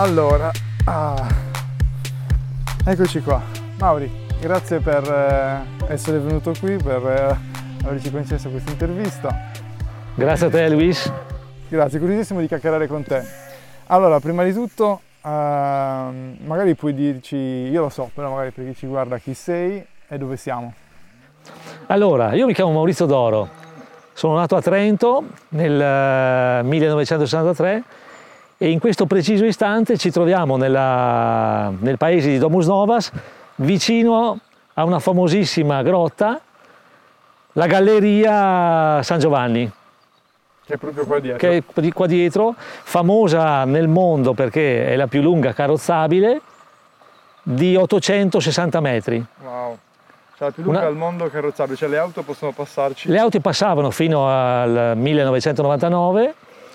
Allora, eccoci qua. Mauri, grazie per essere venuto qui, per averci concesso questa intervista. Grazie a te, Luis. Grazie, curiosissimo di chiacchierare con te. Allora, prima di tutto, magari puoi dirci, io lo so, però magari per chi ci guarda, chi sei e dove siamo. Allora, io mi chiamo Maurizio Doro, sono nato a Trento nel 1963 e in questo preciso istante ci troviamo nel paese di Domus Novas, vicino a una famosissima grotta, la Galleria San Giovanni. Che è proprio qua dietro. Che è qua dietro, famosa nel mondo perché è la più lunga carrozzabile, di 860 metri. Wow. Cioè la più lunga al mondo carrozzabile, cioè le auto possono passarci? Le auto passavano fino al 1999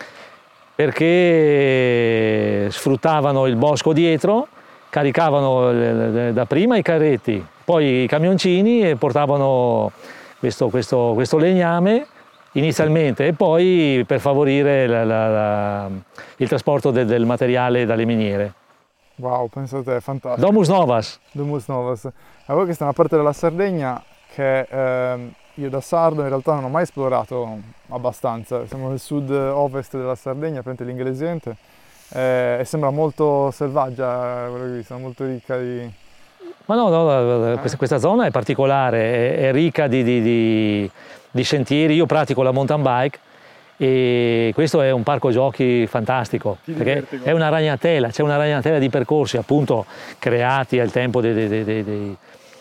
perché sfruttavano il bosco dietro, caricavano dapprima i carretti, poi i camioncini e portavano questo legname inizialmente e poi per favorire il trasporto del materiale dalle miniere. Wow, penso a te, fantastico. Domus Novas. Domus Novas. Allora, questa è una parte della Sardegna che io da sardo in realtà non ho mai esplorato abbastanza. Siamo nel sud-ovest della Sardegna, praticamente l'inglesente, e sembra molto selvaggia, quello che ho visto, molto ricca di... Ma no, questa zona è particolare, è ricca di sentieri. Io pratico la mountain bike e questo è un parco giochi fantastico, perché è una ragnatela, c'è una ragnatela di percorsi appunto creati al tempo dei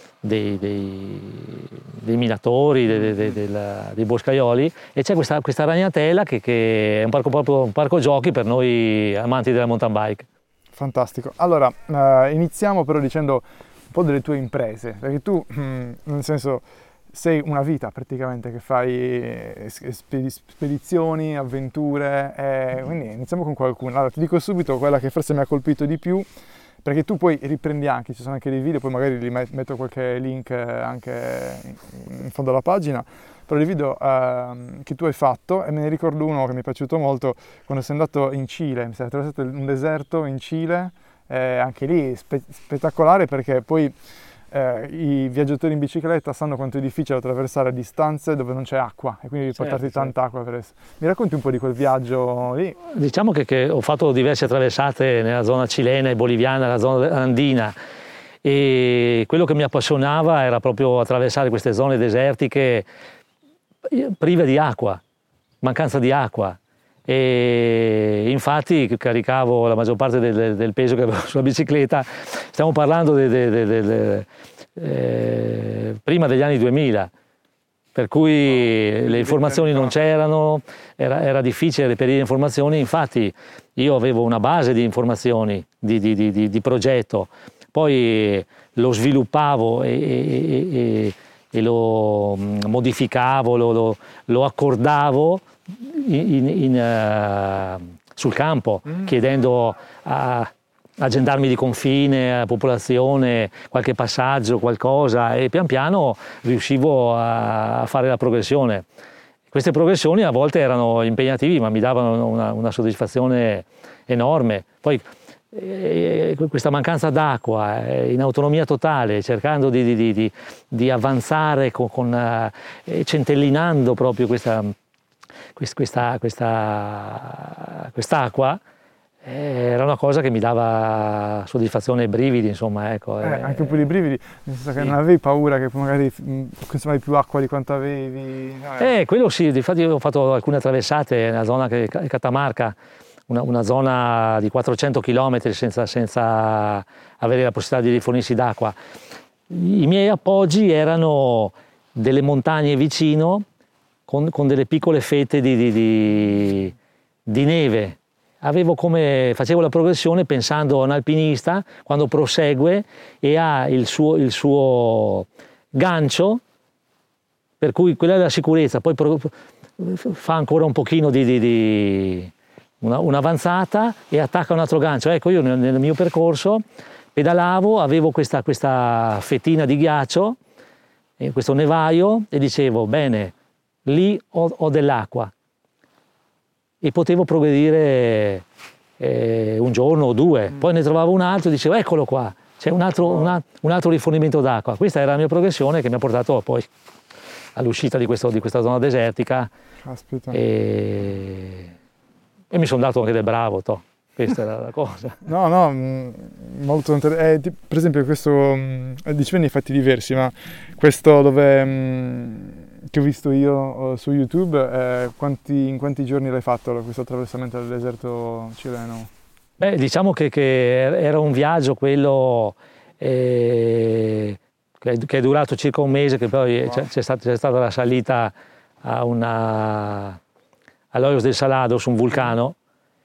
minatori, dei boscaioli, e c'è questa ragnatela che è proprio un parco giochi per noi amanti della mountain bike. Fantastico. Allora, iniziamo però dicendo un po' delle tue imprese, perché tu, nel senso, sei una vita praticamente che fai spedizioni, avventure, quindi iniziamo con qualcuna. Allora, ti dico subito quella che forse mi ha colpito di più, perché tu poi riprendi anche, ci sono anche dei video, poi magari li metto qualche link anche in fondo alla pagina, però dei video che tu hai fatto, e me ne ricordo uno che mi è piaciuto molto, quando sei andato in Cile, mi sei attraversato un deserto in Cile, anche lì spettacolare perché poi i viaggiatori in bicicletta sanno quanto è difficile attraversare distanze dove non c'è acqua e quindi devi portarti tanta acqua per essere. Mi racconti un po' di quel viaggio lì? Diciamo che ho fatto diverse traversate nella zona cilena e boliviana, la zona andina, e quello che mi appassionava era proprio attraversare queste zone desertiche prive di acqua, mancanza di acqua. E infatti caricavo la maggior parte del peso che avevo sulla bicicletta. Stiamo parlando prima degli anni 2000, per cui le informazioni non c'erano, era difficile reperire informazioni. Infatti io avevo una base di informazioni, di progetto, poi lo sviluppavo e lo modificavo, lo accordavo sul campo, chiedendo a gendarmi di confine, a popolazione, qualche passaggio, qualcosa, e pian piano riuscivo a fare la progressione. Queste progressioni a volte erano impegnativi, ma mi davano una soddisfazione enorme. Poi questa mancanza d'acqua, in autonomia totale, cercando di avanzare centellinando proprio quest'acqua, era una cosa che mi dava soddisfazione e brividi, insomma, ecco. Anche un po' di brividi, nel senso che non avevi paura che magari consumavi più acqua di quanto avevi? Quello sì, infatti io ho fatto alcune traversate nella zona che è Catamarca, una zona di 400 km senza avere la possibilità di rifornirsi d'acqua. I miei appoggi erano delle montagne vicino, con delle piccole fette di neve. Facevo la progressione pensando a un alpinista quando prosegue e ha il suo gancio, per cui quella è la sicurezza, poi fa ancora un pochino un'avanzata e attacca un altro gancio. Ecco, io nel mio percorso pedalavo, avevo questa fettina di ghiaccio, questo nevaio, e dicevo, bene, lì ho dell'acqua, e potevo progredire un giorno o due, poi ne trovavo un altro e dicevo eccolo qua, c'è un altro rifornimento d'acqua. Questa era la mia progressione che mi ha portato poi all'uscita di questa zona desertica. Caspita. E mi sono dato anche del bravo, questa era la cosa. No, molto interessante. Per esempio questo, dicevi nei fatti diversi, ma questo che ho visto io su YouTube, in quanti giorni l'hai fatto questo attraversamento del deserto cileno? Beh, diciamo che era un viaggio quello che è durato circa un mese, che poi wow. c'è stata la salita all'Hoyos del Salados, un vulcano,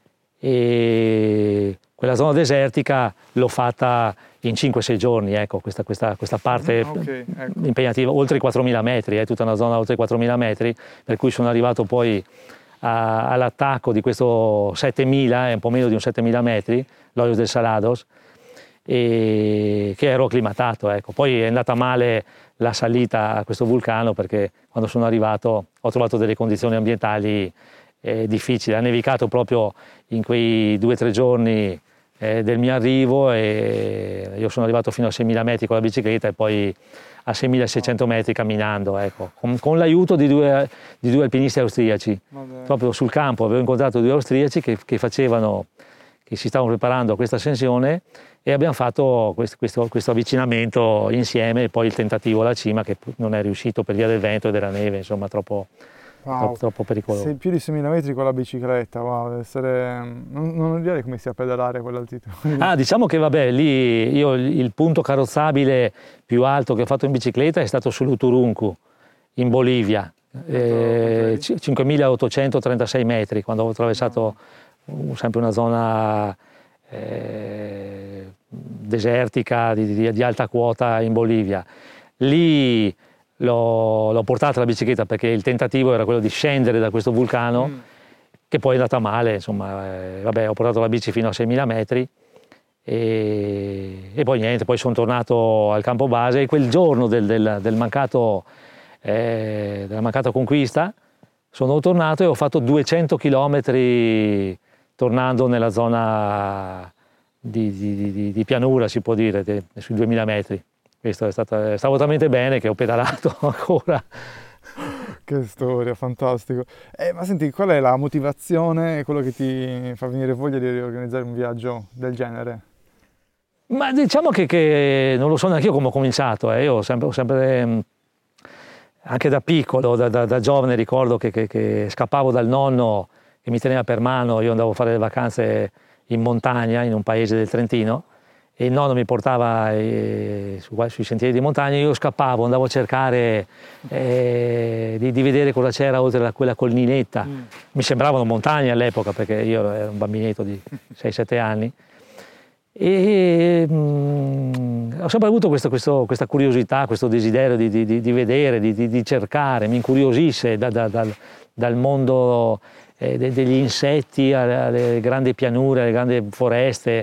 e quella zona desertica l'ho fatta in 5-6 giorni, ecco, questa parte okay, ecco. Impegnativa, oltre i 4.000 metri, è tutta una zona oltre i 4.000 metri, per cui sono arrivato poi all'attacco di questo 7.000, è un po' meno di un 7.000 metri, l'Hoyos del Salados, e che ero acclimatato, ecco. Poi è andata male la salita a questo vulcano perché quando sono arrivato ho trovato delle condizioni ambientali difficili, ha nevicato proprio in quei 2-3 giorni del mio arrivo e io sono arrivato fino a 6.000 metri con la bicicletta e poi a 6.600 metri camminando, ecco, con l'aiuto di due alpinisti austriaci. Proprio sul campo avevo incontrato 2 austriaci che si stavano preparando a questa ascensione e abbiamo fatto questo avvicinamento insieme e poi il tentativo alla cima che non è riuscito per via del vento e della neve, insomma troppo pericoloso. Più di 6.000 metri con la bicicletta, wow, deve essere... non direi come sia pedalare a quell'altitudine. Diciamo che vabbè, lì io il punto carrozzabile più alto che ho fatto in bicicletta è stato sull'Uturuncu, in Bolivia, 5.836 metri, quando ho attraversato sempre una zona desertica di alta quota in Bolivia. Lì l'ho portata la bicicletta perché il tentativo era quello di scendere da questo vulcano, che poi è andata male, insomma, vabbè, ho portato la bici fino a 6.000 metri e poi niente, poi sono tornato al campo base e quel giorno della mancata conquista sono tornato e ho fatto 200 chilometri tornando nella zona di pianura, si può dire, sui 2.000 metri. Questo stavo talmente bene che ho pedalato ancora. Che storia, fantastico. Ma senti, qual è la motivazione, quello che ti fa venire voglia di riorganizzare un viaggio del genere? Ma diciamo che non lo so neanche io come ho cominciato. Io ho sempre anche da piccolo, da giovane, ricordo che scappavo dal nonno che mi teneva per mano. Io andavo a fare le vacanze in montagna, in un paese del Trentino, e il nonno mi portava sui sentieri di montagna, io scappavo, andavo a cercare di vedere cosa c'era oltre a quella collinetta. Mi sembravano montagne all'epoca perché io ero un bambinetto di 6-7 anni e ho sempre avuto questa curiosità, questo desiderio di vedere, di cercare, mi incuriosisce dal mondo degli insetti alle grandi pianure, alle grandi foreste.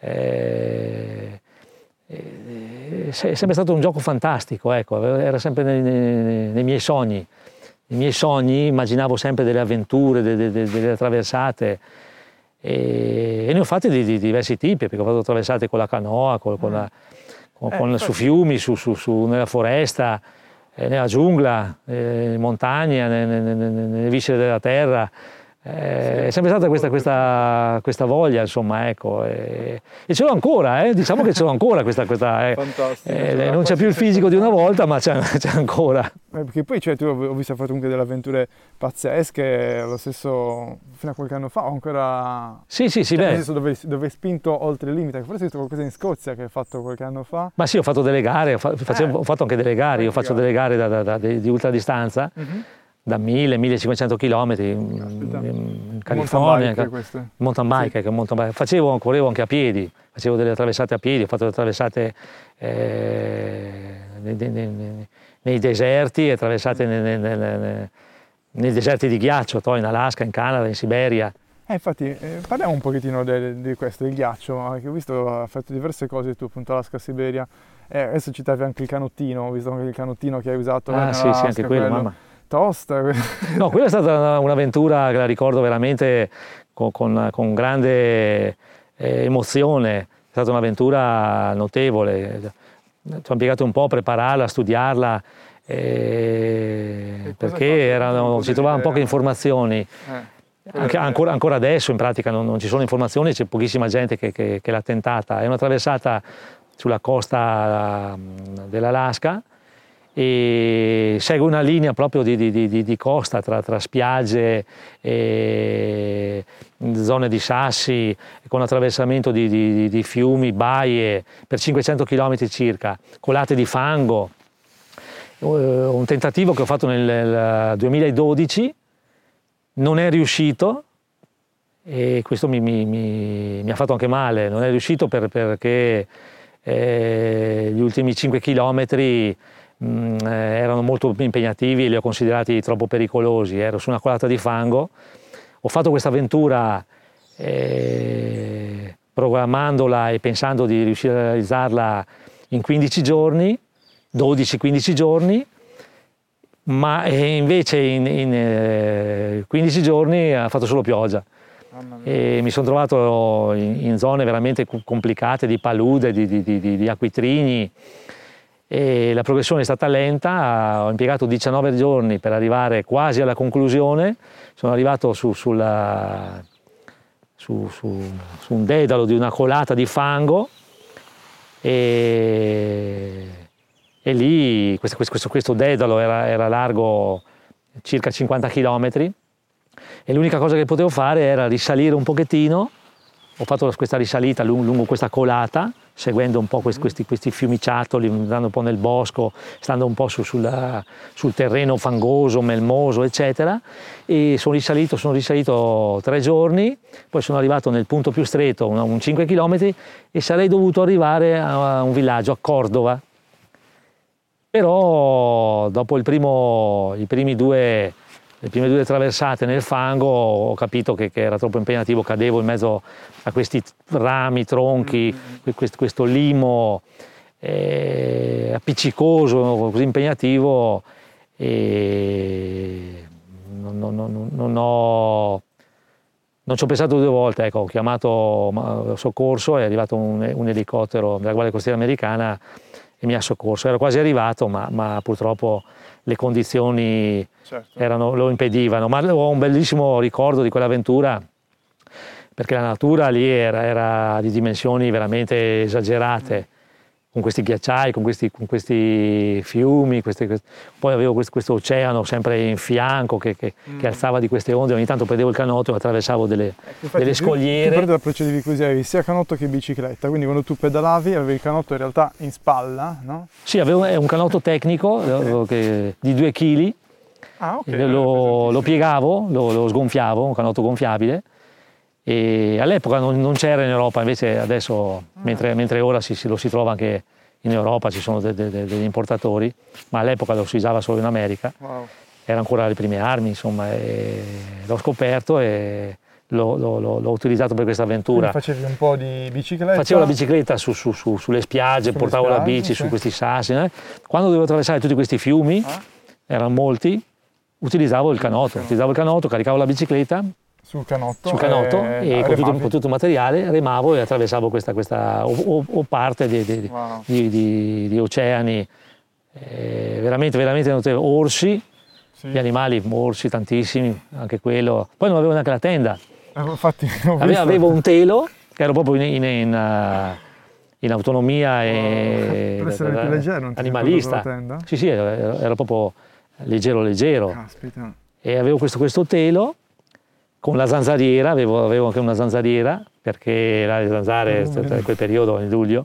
È sempre stato un gioco fantastico, ecco, era sempre nei miei sogni. Nei miei sogni immaginavo sempre delle avventure, delle attraversate e ne ho fatte di diversi tipi, perché ho fatto attraversate con la canoa, su fiumi, nella foresta, nella giungla, in montagna, nelle viscere della terra. È sempre stata questa voglia, insomma, ecco, e ce l'ho ancora, diciamo che ce l'ho ancora questa non c'è più il fisico di una volta, ma c'è ancora. Perché poi tu ho visto fare comunque delle avventure pazzesche, lo stesso fino a qualche anno fa, o ancora... Sì, beh. Nel senso dove hai spinto oltre il limite, forse hai visto qualcosa in Scozia che hai fatto qualche anno fa. Ma sì, ho fatto delle gare, ho fatto anche delle gare, io faccio delle gare di ultradistanza. Da 1.000-1.500 km in California, mountain bike, correvo anche a piedi, facevo delle attraversate a piedi, ho fatto delle attraversate nei deserti, attraversate nei deserti di ghiaccio, in Alaska, in Canada, in Siberia. Infatti, parliamo un pochettino di questo, del ghiaccio, perché ho visto, hai fatto diverse cose tu, appunto Alaska, Siberia, adesso citavi anche il canottino, ho visto anche il canottino che hai usato. Sì, anche quello, mamma. tosta. No, quella è stata un'avventura che la ricordo veramente con grande emozione, è stata un'avventura notevole, ci ho impiegato un po' a prepararla, a studiarla, perché si trovavano poche informazioni. Ancora adesso in pratica non ci sono informazioni, c'è pochissima gente che l'ha tentata. È una traversata sulla costa dell'Alaska e segue una linea proprio di costa tra spiagge, zone di sassi, con attraversamento di fiumi, baie per 500 km circa, colate di fango. Un tentativo che ho fatto nel 2012 non è riuscito e questo mi ha fatto anche male. Non è riuscito perché gli ultimi 5 chilometri erano molto impegnativi e li ho considerati troppo pericolosi. Ero su una colata di fango. Ho fatto questa avventura programmandola e pensando di riuscire a realizzarla in 15 giorni, 12-15 giorni, ma invece in 15 giorni ha fatto solo pioggia e mi sono trovato in zone veramente complicate di palude, di acquitrini e la progressione è stata lenta. Ho impiegato 19 giorni per arrivare quasi alla conclusione. Sono arrivato su un dedalo di una colata di fango e lì questo dedalo era largo circa 50 km e l'unica cosa che potevo fare era risalire un pochettino. Ho fatto questa risalita lungo questa colata, seguendo un po' questi fiumiciattoli, andando un po' nel bosco, stando un po' sul terreno fangoso, melmoso, eccetera. E sono risalito 3 giorni, poi sono arrivato nel punto più stretto, un 5 km, e sarei dovuto arrivare a un villaggio, a Cordova. Però dopo le prime due traversate nel fango ho capito che era troppo impegnativo, cadevo in mezzo a questi rami, tronchi, questo limo appiccicoso, così impegnativo, e non ci ho pensato 2 volte. Ecco, ho chiamato soccorso, è arrivato un elicottero della Guardia Costiera americana e mi ha soccorso. Ero quasi arrivato, ma purtroppo le condizioni lo impedivano. Ma ho un bellissimo ricordo di quell'avventura, perché la natura lì era di dimensioni veramente esagerate, con questi ghiacciai, con questi fiumi, poi avevo questo oceano sempre in fianco che alzava di queste onde. Ogni tanto prendevo il canotto e attraversavo delle scogliere. Tu procedevi così, avevi sia canotto che bicicletta, quindi quando tu pedalavi avevi il canotto in realtà in spalla, no? Sì, avevo un canotto tecnico di 2 kg, lo piegavo, lo sgonfiavo, un canotto gonfiabile. E all'epoca non c'era in Europa, invece adesso, mentre ora lo si trova anche in Europa, ci sono degli importatori, ma all'epoca lo si usava solo in America. Wow. Era ancora le prime armi, insomma, e l'ho scoperto e l'ho utilizzato per questa avventura. Quindi facevi un po' di bicicletta? Facevo la bicicletta sulle spiagge, portavo la bici su questi sassi. Quando dovevo attraversare tutti questi fiumi, erano molti, utilizzavo il canotto, caricavo la bicicletta sul canotto e con tutto il materiale remavo e attraversavo questa o parte di oceani veramente notevoli. Orsi, gli animali, orsi tantissimi, anche quello. Poi non avevo neanche la tenda. Infatti, avevo un telo, che ero proprio in autonomia per essere più leggero, non ti animalista. La tenda? Sì, ero proprio leggero. Caspita. E avevo questo telo con la zanzariera, avevo anche una zanzariera, perché le zanzare in quel periodo, in luglio,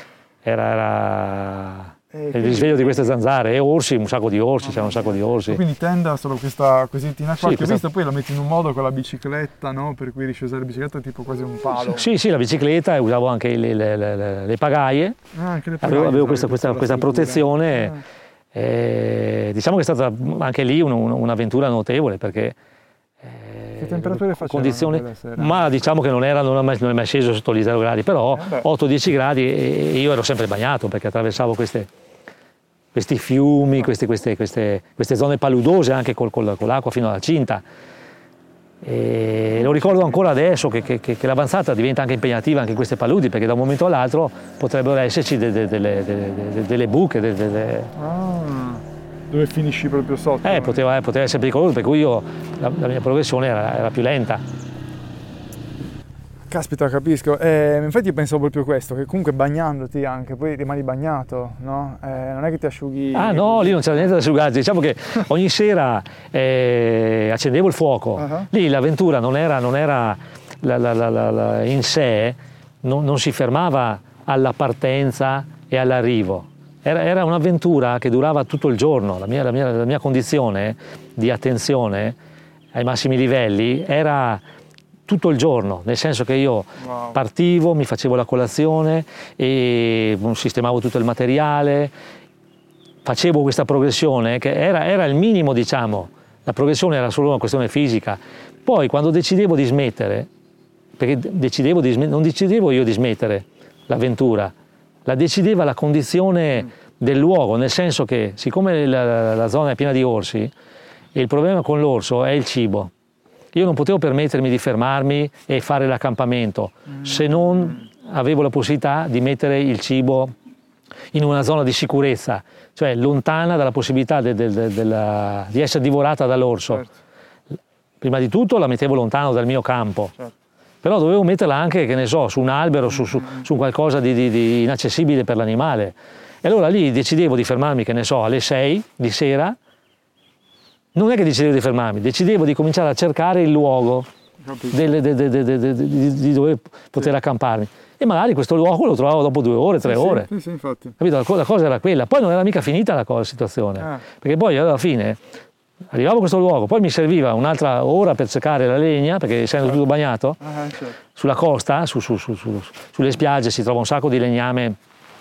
era il risveglio di queste zanzare, e orsi, un sacco di orsi, c'era un sacco di orsi. Quindi tenda solo questa cosettina qua, che ho visto poi la metti in un modo con la bicicletta, no? Per cui riesci a usare la bicicletta tipo quasi un palo. Sì, la bicicletta, e usavo anche le pagaie, anche le pagaie avevo questa protezione. Diciamo che è stata anche lì un'avventura notevole, perché che temperature facevano? Condizioni, ma diciamo che non è mai sceso sotto gli 0 gradi, però 8-10 gradi, e io ero sempre bagnato perché attraversavo queste questi fiumi, queste zone paludose anche con l'acqua fino alla cinta. E lo ricordo ancora adesso che l'avanzata diventa anche impegnativa anche in queste paludi, perché da un momento all'altro potrebbero esserci delle buche. Dove finisci proprio sotto? Poteva essere pericoloso, per cui la mia progressione era più lenta. Caspita, capisco. Infatti pensavo proprio questo, che comunque bagnandoti anche, poi rimani bagnato, no? Non è che ti asciughi... Ah no, lì non c'era niente da asciugarsi. Diciamo che ogni sera accendevo il fuoco. Lì l'avventura non era in sé, non si fermava alla partenza e all'arrivo. Era un'avventura che durava tutto il giorno. La mia condizione di attenzione ai massimi livelli era tutto il giorno, nel senso che io partivo, mi facevo la colazione e sistemavo tutto il materiale, facevo questa progressione che era il minimo, diciamo. La progressione era solo una questione fisica. Poi quando decidevo di smettere, perché non decidevo io di smettere l'avventura, la decideva la condizione del luogo, nel senso che siccome la zona è piena di orsi, e il problema con l'orso è il cibo, io non potevo permettermi di fermarmi e fare l'accampamento se non avevo la possibilità di mettere il cibo in una zona di sicurezza, cioè lontana dalla possibilità di essere divorata dall'orso. Certo. Prima di tutto la mettevo lontano dal mio campo, certo. Però dovevo metterla anche, che ne so, su un albero, su qualcosa di inaccessibile per l'animale. E allora lì decidevo di fermarmi, che ne so, alle 6 di sera. Non è che decidevo di fermarmi, decidevo di cominciare a cercare il luogo di dove poter accamparmi. E magari questo luogo lo trovavo dopo 2 ore, 3 ore. Sì, infatti. Capito? La cosa era quella. Poi non era mica finita la situazione. Perché poi alla fine arrivavo a questo luogo, poi mi serviva un'altra ora per cercare la legna, perché essendo tutto bagnato, sulla costa, sulle spiagge si trova un sacco di legname.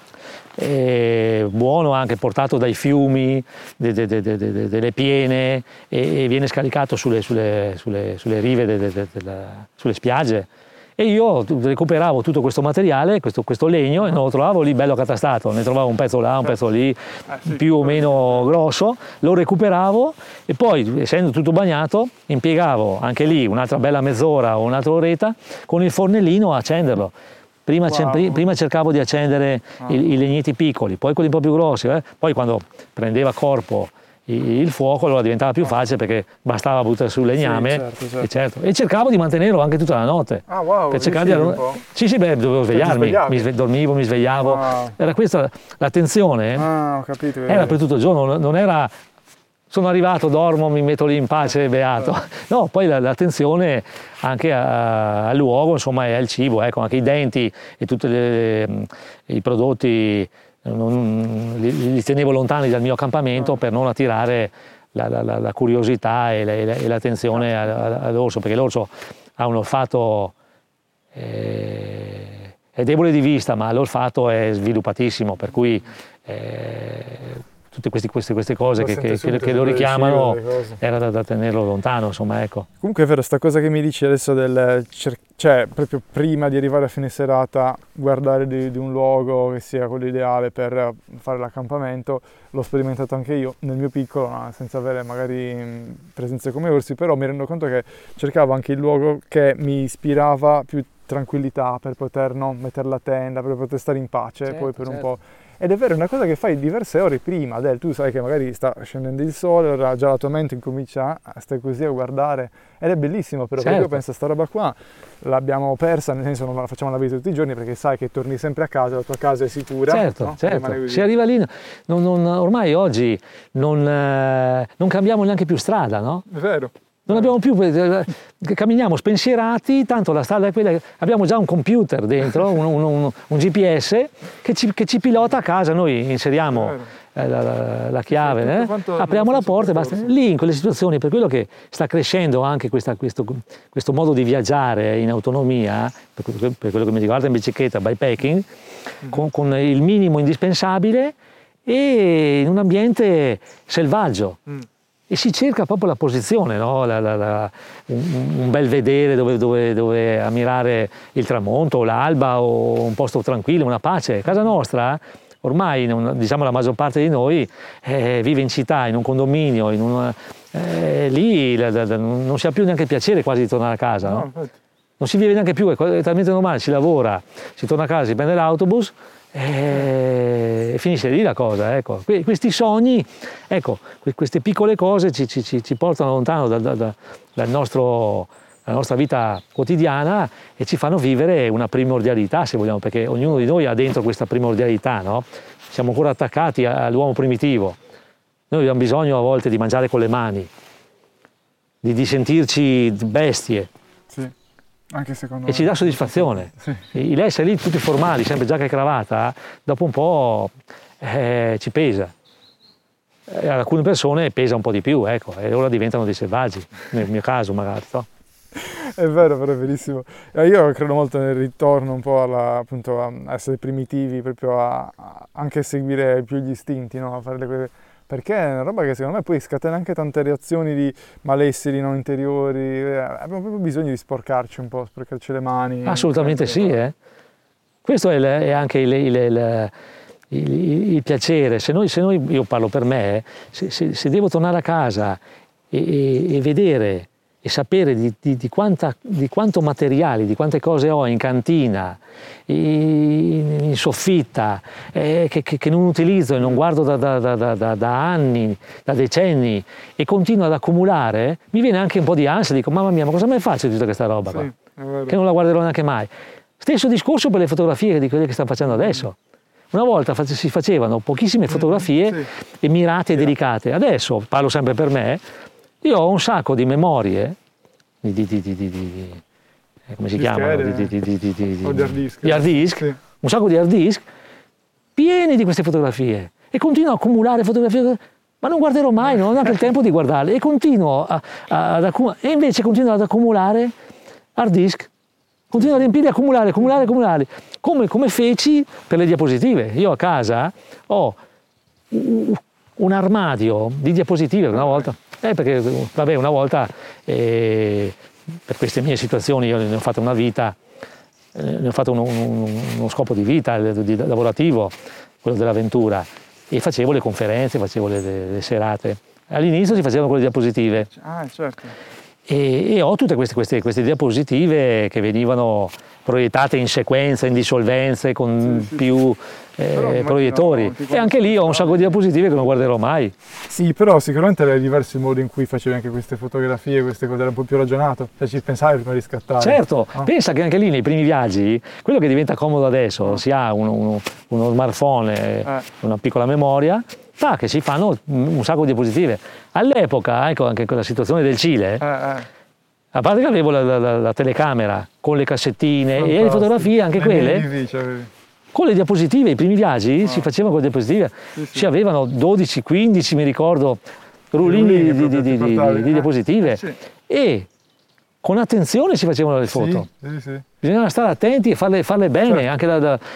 Buono anche portato dai fiumi, delle piene, e viene scaricato sulle rive, sulle spiagge. E io recuperavo tutto questo materiale, questo legno, e non lo trovavo lì bello accatastato, ne trovavo un pezzo là, un pezzo lì, più o meno grosso, lo recuperavo e poi, essendo tutto bagnato, impiegavo anche lì un'altra bella mezz'ora o un'altra oretta con il fornellino a accenderlo. Prima cercavo di accendere i legneti piccoli, poi quelli un po' più grossi, poi quando prendeva corpo il fuoco allora diventava più facile, perché bastava buttare sul legname. Certo. E cercavo di mantenerlo anche tutta la notte. Per cercare dovevo svegliarmi, dormivo, mi svegliavo. Era questa l'attenzione. Ho capito. Era per tutto il giorno, non era sono arrivato, dormo, mi metto lì in pace, beato. No, poi l'attenzione anche al luogo, insomma, e al cibo, ecco, anche i denti e tutti i prodotti li tenevo lontani dal mio accampamento per non attirare la curiosità e l'attenzione all'orso, perché l'orso ha un olfatto, è debole di vista, ma l'olfatto è sviluppatissimo, per cui tutte queste cose che lo richiamano era da tenerlo lontano, insomma, ecco. Comunque è vero, sta cosa che mi dici adesso cioè proprio prima di arrivare a fine serata guardare di un luogo che sia quello ideale per fare l'accampamento, l'ho sperimentato anche io nel mio piccolo, no? Senza avere magari presenze come orsi, però mi rendo conto che cercavo anche il luogo che mi ispirava più tranquillità per poter mettere la tenda, per poter stare in pace, poi per un po'. Ed è vero, è una cosa che fai diverse ore prima, tu sai che magari sta scendendo il sole, ora già la tua mente incomincia a stare così a guardare, ed è bellissimo, però perché io penso a sta roba qua l'abbiamo persa, nel senso non la facciamo la vita tutti i giorni, perché sai che torni sempre a casa, la tua casa è sicura. Certo, si arriva lì, ormai oggi non cambiamo neanche più strada, no? È vero. Non abbiamo più, camminiamo spensierati, tanto la strada è quella, abbiamo già un computer dentro, un GPS che ci pilota a casa, noi inseriamo la chiave, apriamo la porta e basta. Lì in quelle situazioni, per quello che sta crescendo anche questo modo di viaggiare in autonomia, per quello che mi riguarda in bicicletta, bikepacking, con il minimo indispensabile e in un ambiente selvaggio. E si cerca proprio la posizione, no? Un bel vedere dove ammirare il tramonto, l'alba, o un posto tranquillo, una pace. Casa nostra ormai diciamo la maggior parte di noi vive in città, in un condominio, lì non si ha più neanche il piacere quasi di tornare a casa, no? Non si vive neanche più, è talmente normale, si lavora, si torna a casa, si prende l'autobus e finisce lì la cosa, ecco. Questi sogni, ecco, queste piccole cose ci portano lontano dalla nostra vita quotidiana e ci fanno vivere una primordialità, se vogliamo, perché ognuno di noi ha dentro questa primordialità, no? Siamo ancora attaccati all'uomo primitivo. Noi abbiamo bisogno a volte di mangiare con le mani, di sentirci bestie. Sì. Anche secondo me. E ci dà soddisfazione. Sì. L'essere lì tutti formali, sempre giacca e cravatta, dopo un po' ci pesa. Ad alcune persone pesa un po' di più, ecco, e ora diventano dei selvaggi, nel mio caso magari. No? È vero, però è verissimo. Io credo molto nel ritorno un po' appunto a essere primitivi, proprio anche a seguire più gli istinti, no? A fare le cose. Perché è una roba che secondo me poi scatena anche tante reazioni di malesseri non interiori, abbiamo proprio bisogno di sporcarci un po', sporcarci le mani. Assolutamente sì, Questo è anche il piacere. Se noi, io parlo per me, se devo tornare a casa e vedere e sapere di quanto materiali, di quante cose ho in cantina, in soffitta, che non utilizzo e non guardo da anni, da decenni, e continuo ad accumulare, mi viene anche un po' di ansia, dico mamma mia, ma cosa me faccio di tutta questa roba qua? Che non la guarderò neanche mai. Stesso discorso per le fotografie di quelle che stanno facendo adesso. Una volta si facevano pochissime fotografie e mirate e delicate. Adesso, parlo sempre per me, io ho un sacco di memorie, come si chiamano? Di hard disk, un sacco di hard disk, pieni di queste fotografie. E continuo a accumulare fotografie, ma non guarderò mai, non ho neanche il tempo di guardarle. E continuo ad accumulare, e invece continuo ad accumulare hard disk. Continuo a riempire, accumulare, come feci per le diapositive. Io a casa ho un armadio di diapositive una volta, perché vabbè, una volta per queste mie situazioni io ne ho fatta una vita, ne ho fatto uno scopo di vita lavorativo, quello dell'avventura, e facevo le conferenze, facevo le serate. All'inizio si facevano con le diapositive. Ah, certo. E ho tutte queste diapositive che venivano proiettate in sequenza, in dissolvenze, con più proiettori. E anche lì ho un sacco di diapositive che non guarderò mai. Sì, però sicuramente era diverso il modo in cui facevi anche queste fotografie, queste cose, era un po' più ragionato, cioè ci pensavi prima di scattare. Certo, pensa che anche lì nei primi viaggi, quello che diventa comodo adesso, si ha uno smartphone, una piccola memoria, fa che si fanno un sacco di diapositive. All'epoca, ecco, anche con la situazione del Cile, a parte che avevo la telecamera con le cassettine e le fotografie, anche quelle, con le diapositive, i primi viaggi si facevano con le diapositive, ci avevano 12, 15, mi ricordo, rullini di diapositive, e con attenzione si facevano le foto. Bisognava stare attenti e farle bene, anche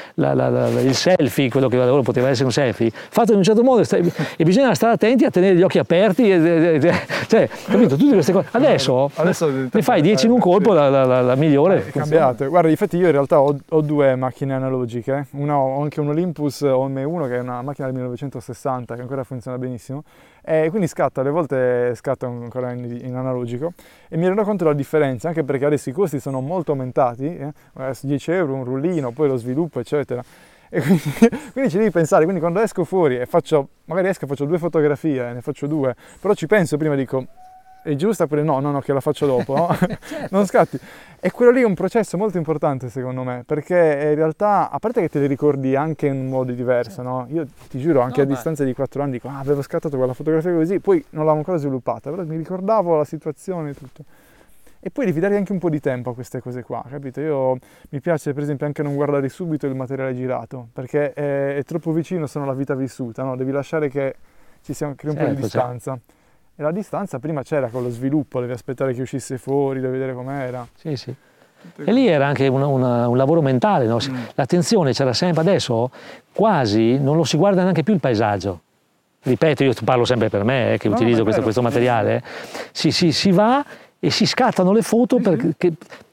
il selfie, quello che allora poteva essere un selfie, fatto in un certo modo, e bisogna stare attenti a tenere gli occhi aperti, cioè, capito, tutte queste cose. Adesso ne fai 10 in un colpo, la migliore. È cambiato. Guarda, infatti io in realtà ho due macchine analogiche, ho anche un Olympus OM1 che è una macchina del 1960 che ancora funziona benissimo, e quindi alle volte scatto ancora in analogico, e mi rendo conto della differenza, anche perché adesso i costi sono molto aumentati, adesso 10 euro un rullino, poi lo sviluppo eccetera, e quindi ci devi pensare. Quindi quando esco fuori e faccio 2 fotografie, ne faccio 2, però ci penso prima, dico è giusta oppure no, che la faccio dopo, no? Certo. Non scatti. E quello lì è un processo molto importante secondo me, perché in realtà, a parte che te li ricordi anche in modi diversi, no? Io ti giuro, anche a distanza di 4 anni dico, avevo scattato quella fotografia così, poi non l'avevo ancora sviluppata, però mi ricordavo la situazione e tutto. E poi devi dare anche un po' di tempo a queste cose qua, capito? Mi piace per esempio anche non guardare subito il materiale girato, perché è troppo vicino sono alla vita vissuta, no? Devi lasciare che ci sia un po' di distanza. E la distanza prima c'era con lo sviluppo, devi aspettare che uscisse fuori, devi vedere com'era. Sì, sì. E lì era anche un lavoro mentale, no? L'attenzione c'era sempre, adesso quasi non lo si guarda neanche più il paesaggio. Ripeto, io parlo sempre per me, che utilizzo questo materiale. Si va e si scattano le foto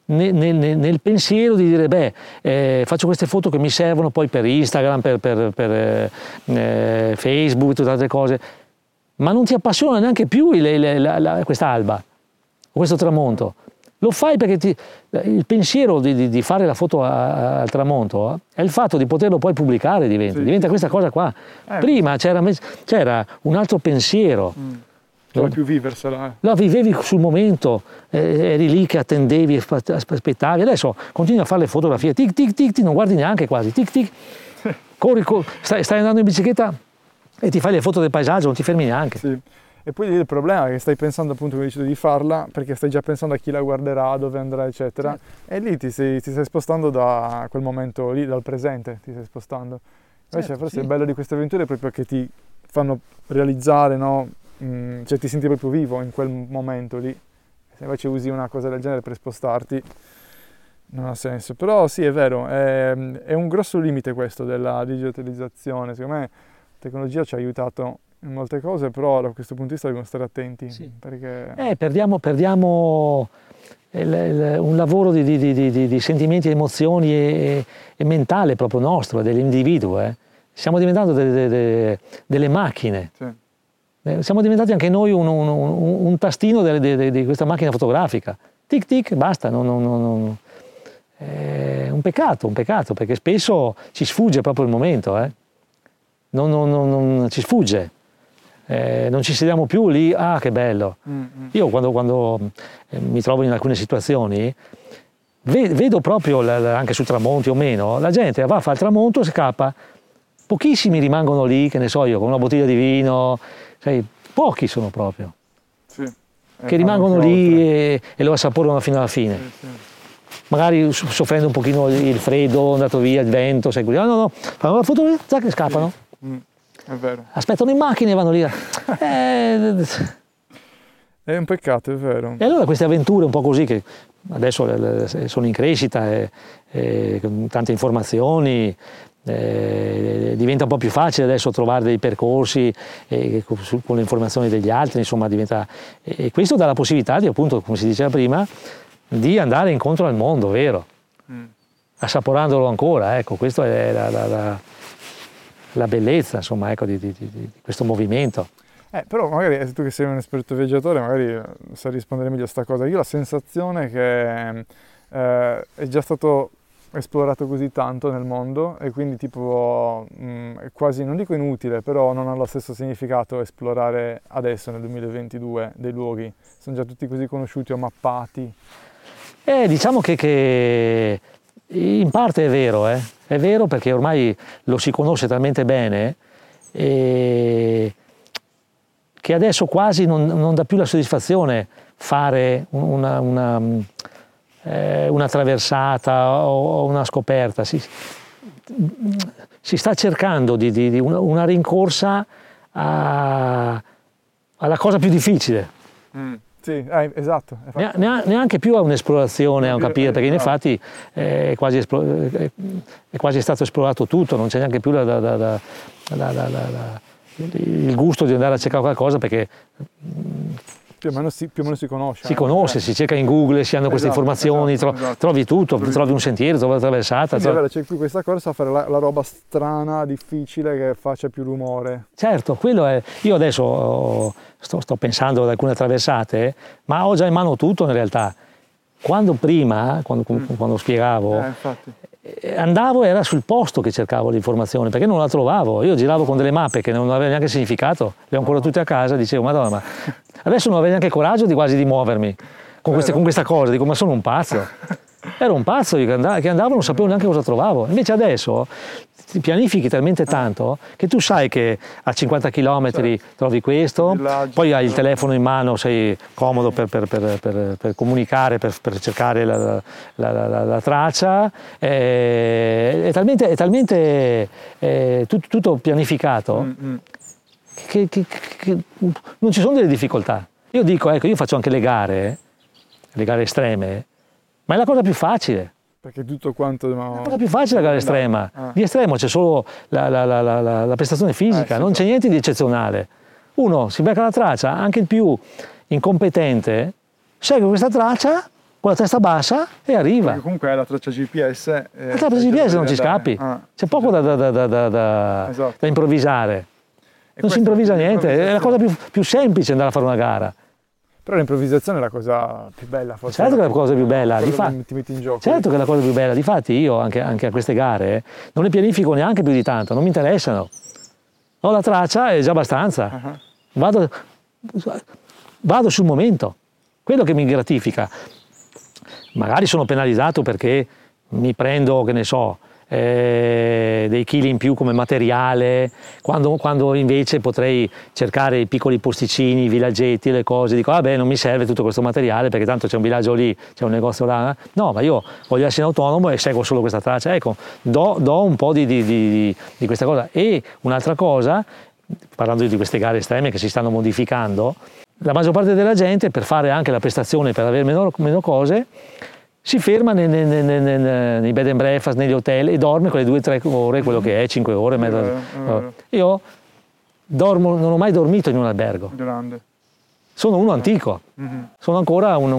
nel pensiero di dire, beh, faccio queste foto che mi servono poi per Instagram, per Facebook e tutte altre cose, ma non ti appassiona neanche più quest'alba o questo tramonto. Lo fai perché il pensiero di fare la foto al tramonto è il fatto di poterlo poi pubblicare, diventa questa cosa qua. Prima c'era un altro pensiero. Non più viversela. La vivevi sul momento, eri lì che attendevi, aspettavi. Adesso continui a fare le fotografie, tic tic tic, non guardi neanche quasi, tic tic, corri, stai andando in bicicletta e ti fai le foto del paesaggio, non ti fermi neanche. Sì. E poi il problema è che stai pensando appunto, come dici, di farla, perché stai già pensando a chi la guarderà, dove andrà, eccetera, e lì ti stai spostando da quel momento lì, dal presente, ti stai spostando. Invece forse il bello di queste avventure è proprio che ti fanno realizzare, no? Cioè ti senti proprio vivo in quel momento lì. Se invece usi una cosa del genere per spostarti, non ha senso. Però sì, è vero, è un grosso limite questo della digitalizzazione. Secondo me la tecnologia ci ha aiutato in molte cose, però da questo punto di vista dobbiamo stare attenti, perché perdiamo un lavoro di sentimenti, emozioni e mentale proprio nostro, dell'individuo. Stiamo diventando delle macchine. Sì. Siamo diventati anche noi un tastino di questa macchina fotografica. Tic tic, basta. È un peccato, perché spesso ci sfugge proprio il momento. Non ci sfugge. Non ci sediamo più lì, che bello. Io quando mi trovo in alcune situazioni vedo proprio, anche su tramonti o meno, la gente va a fare il tramonto e scappa. Pochissimi rimangono lì, che ne so io, con una bottiglia di vino, pochi sono proprio, che rimangono lì e lo assaporano fino alla fine. Magari soffrendo un pochino il freddo, è andato via il vento, no, fanno la foto e scappano. È vero. Aspettano in macchina e vanno lì. È un peccato, è vero. E allora queste avventure un po' così, che adesso sono in crescita, con tante informazioni, diventa un po' più facile adesso trovare dei percorsi con le informazioni degli altri, insomma diventa, e questo dà la possibilità di, appunto, come si diceva prima, di andare incontro al mondo, vero? Assaporandolo ancora, ecco, questa è la bellezza, insomma, ecco, di questo movimento. Però magari tu che sei un esperto viaggiatore magari sai rispondere meglio a sta cosa. Io ho la sensazione che è già stato esplorato così tanto nel mondo e quindi tipo è quasi, non dico inutile, però non ha lo stesso significato esplorare adesso nel 2022 dei luoghi. Sono già tutti così conosciuti o mappati. Diciamo che in parte è vero perché ormai lo si conosce talmente bene che adesso quasi non dà più la soddisfazione fare una traversata o una scoperta. Si sta cercando di una rincorsa alla cosa più difficile. Sì, esatto. Neanche più a un'esplorazione, a un capire, perché in effetti è quasi stato esplorato tutto, non c'è neanche più il gusto di andare a cercare qualcosa, perché più o meno si conosce. Si conosce, si cerca in Google, si hanno queste informazioni, trovi tutto, trovi un sentiero, trovi una traversata. Quindi è vero, c'è qui questa corsa a fare la roba strana, difficile, che faccia più rumore. Certo, quello è. Io adesso sto pensando ad alcune traversate, ma ho già in mano tutto in realtà. Quando spiegavo, andavo, era sul posto che cercavo l'informazione, perché non la trovavo. Io giravo con delle mappe che non avevano neanche significato, le ho ancora tutte a casa, dicevo, madonna, ma adesso non avevo neanche il coraggio di muovermi con questa cosa, dico, ma sono un pazzo. Ero un pazzo che andavo, non sapevo neanche cosa trovavo. Invece adesso ti pianifichi talmente tanto che tu sai che a 50 km trovi questo, poi hai il telefono in mano, sei comodo per comunicare, per cercare la traccia, è talmente tutto pianificato che non ci sono delle difficoltà. Io dico, ecco, io faccio anche le gare estreme, ma è la cosa più facile. Perché tutto quanto... No. La cosa più facile è la gara estrema. Di estremo c'è solo la prestazione fisica, non c'è niente di eccezionale. Uno si becca la traccia, anche il più incompetente, segue questa traccia con la testa bassa e arriva. Perché comunque è la traccia GPS. La traccia GPS non ci scappi, c'è poco da improvvisare. Non si improvvisa niente, è la cosa più semplice andare a fare una gara. Però l'improvvisazione è la cosa più bella, forse. Certo che è la cosa più bella, ti metti in gioco. Certo che è la cosa più bella, difatti io anche a queste gare non le pianifico neanche più di tanto, non mi interessano. Ho la traccia, è già abbastanza. Vado sul momento, quello che mi gratifica. Magari sono penalizzato perché mi prendo, che ne so, dei chili in più come materiale, quando invece potrei cercare i piccoli posticini, i villaggetti, le cose, dico vabbè non mi serve tutto questo materiale perché tanto c'è un villaggio lì, c'è un negozio là, no, ma io voglio essere autonomo e seguo solo questa traccia, ecco, do un po' di questa cosa. E un'altra cosa, parlando di queste gare estreme che si stanno modificando, la maggior parte della gente per fare anche la prestazione, per avere meno cose, si ferma nei bed and breakfast, negli hotel e dorme quelle 2-3 ore, quello che è, 5 ore, mezza. Io non ho mai dormito in un albergo. Grande. Sono uno antico, sono ancora ho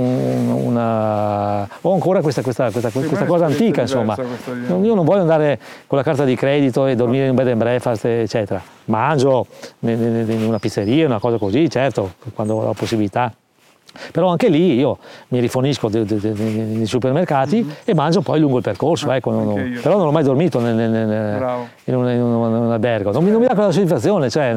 ancora questa cosa antica, insomma. Io non voglio andare con la carta di credito e dormire in un bed and breakfast, eccetera. Mangio in una pizzeria, una cosa così, certo, quando ho la possibilità. Però anche lì io mi rifornisco nei supermercati e mangio poi lungo il percorso, ecco, però non ho mai dormito in un albergo, non mi dà quella soddisfazione, cioè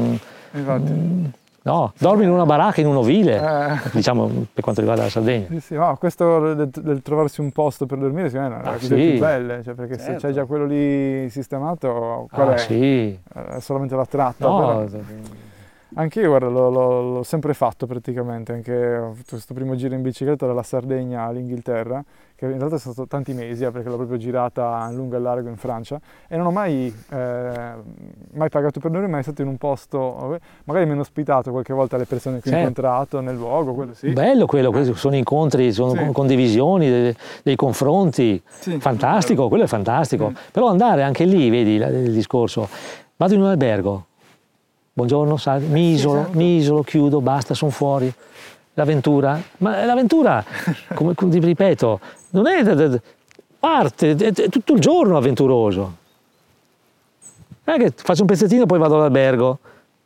no, dormi in una baracca, in un ovile, diciamo per quanto riguarda la Sardegna. Sì, no, questo del trovarsi un posto per dormire secondo me è una delle cose più belle, cioè, perché se c'è già quello lì sistemato, qual è? È solamente la tratta. No, anche io, guarda, l'ho sempre fatto praticamente, anche ho fatto questo primo giro in bicicletta dalla Sardegna all'Inghilterra, che in realtà sono stato tanti mesi, perché l'ho proprio girata in lungo e largo in Francia, e non ho mai pagato per dormire, ma è stato in un posto, magari mi hanno ospitato qualche volta le persone che ho incontrato nel luogo, quello sì. Bello quello, sono incontri, sono condivisioni, dei confronti, fantastico, quello è fantastico. Però andare anche lì, vedi il discorso, vado in un albergo, buongiorno, mi isolo, chiudo, basta, sono fuori. L'avventura, ma l'avventura, come ti ripeto, non è parte, è tutto il giorno avventuroso. Non è che faccio un pezzettino e poi vado all'albergo,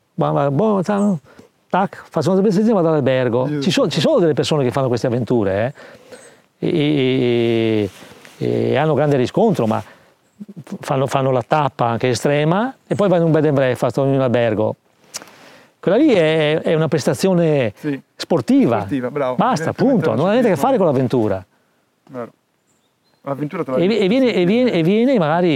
tac, faccio un pezzettino e vado all'albergo. Ci sono delle persone che fanno queste avventure e hanno grande riscontro, ma fanno la tappa anche estrema e poi vanno in un bed and breakfast o in un albergo. Quella lì è una prestazione sportiva, bravo. Basta, punto, non ha niente a che fare con l'avventura. L'avventura e viene magari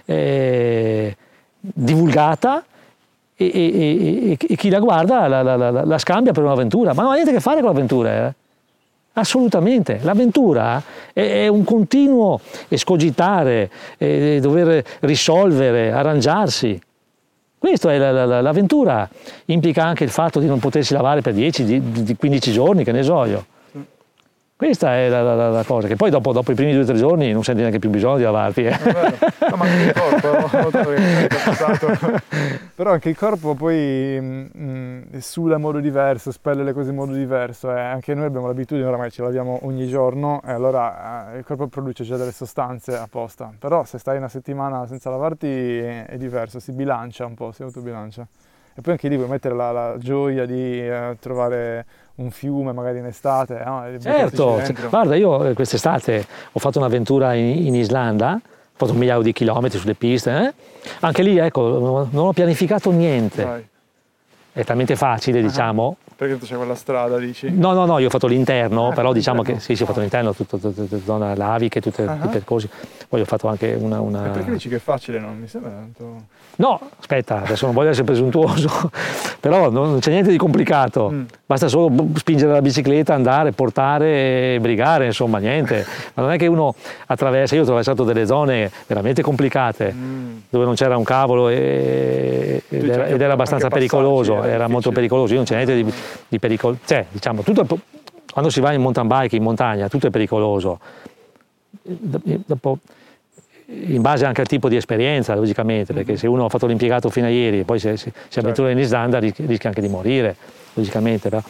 divulgata e chi la guarda la scambia per un'avventura, ma non ha niente a che fare con l'avventura. Assolutamente, l'avventura è un continuo escogitare, dover risolvere, arrangiarsi. Questo è l'avventura, implica anche il fatto di non potersi lavare per 10-15 giorni, che ne so io. Questa è la cosa, che poi dopo i primi 2 o 3 giorni non senti neanche più bisogno di lavarti. No, ma anche il corpo, però anche il corpo poi suda in modo diverso, spelle le cose in modo diverso, anche noi abbiamo l'abitudine, oramai ci laviamo ogni giorno e allora il corpo produce già delle sostanze apposta, però se stai una settimana senza lavarti è diverso, si bilancia un po', si autobilancia. E poi anche lì puoi mettere la gioia di trovare un fiume magari in estate. Certo, guarda, io quest'estate ho fatto un'avventura in Islanda, ho fatto 1 migliaio di chilometri sulle piste, anche lì ecco, non ho pianificato niente. Vai. È talmente facile, diciamo. Perché tu c'è quella strada, dici? No, io ho fatto l'interno, però diciamo che sì, ho fatto l'interno, tutta zona laviche, tutti i percorsi. Poi ho fatto anche una... E perché dici che è facile? Non mi sembra tanto... No, aspetta, adesso non voglio essere presuntuoso, però non c'è niente di complicato. Basta solo spingere la bicicletta, andare, portare e brigare, insomma, niente. Ma non è che uno attraversa, io ho attraversato delle zone veramente complicate, dove non c'era un cavolo ed era abbastanza pericoloso, era molto pericoloso, io non c'è niente di pericolo, cioè diciamo, quando si va in mountain bike in montagna tutto è pericoloso, dopo, in base anche al tipo di esperienza logicamente, perché se uno ha fatto l'impiegato fino a ieri e poi si avventura in Islanda rischia anche di morire logicamente, però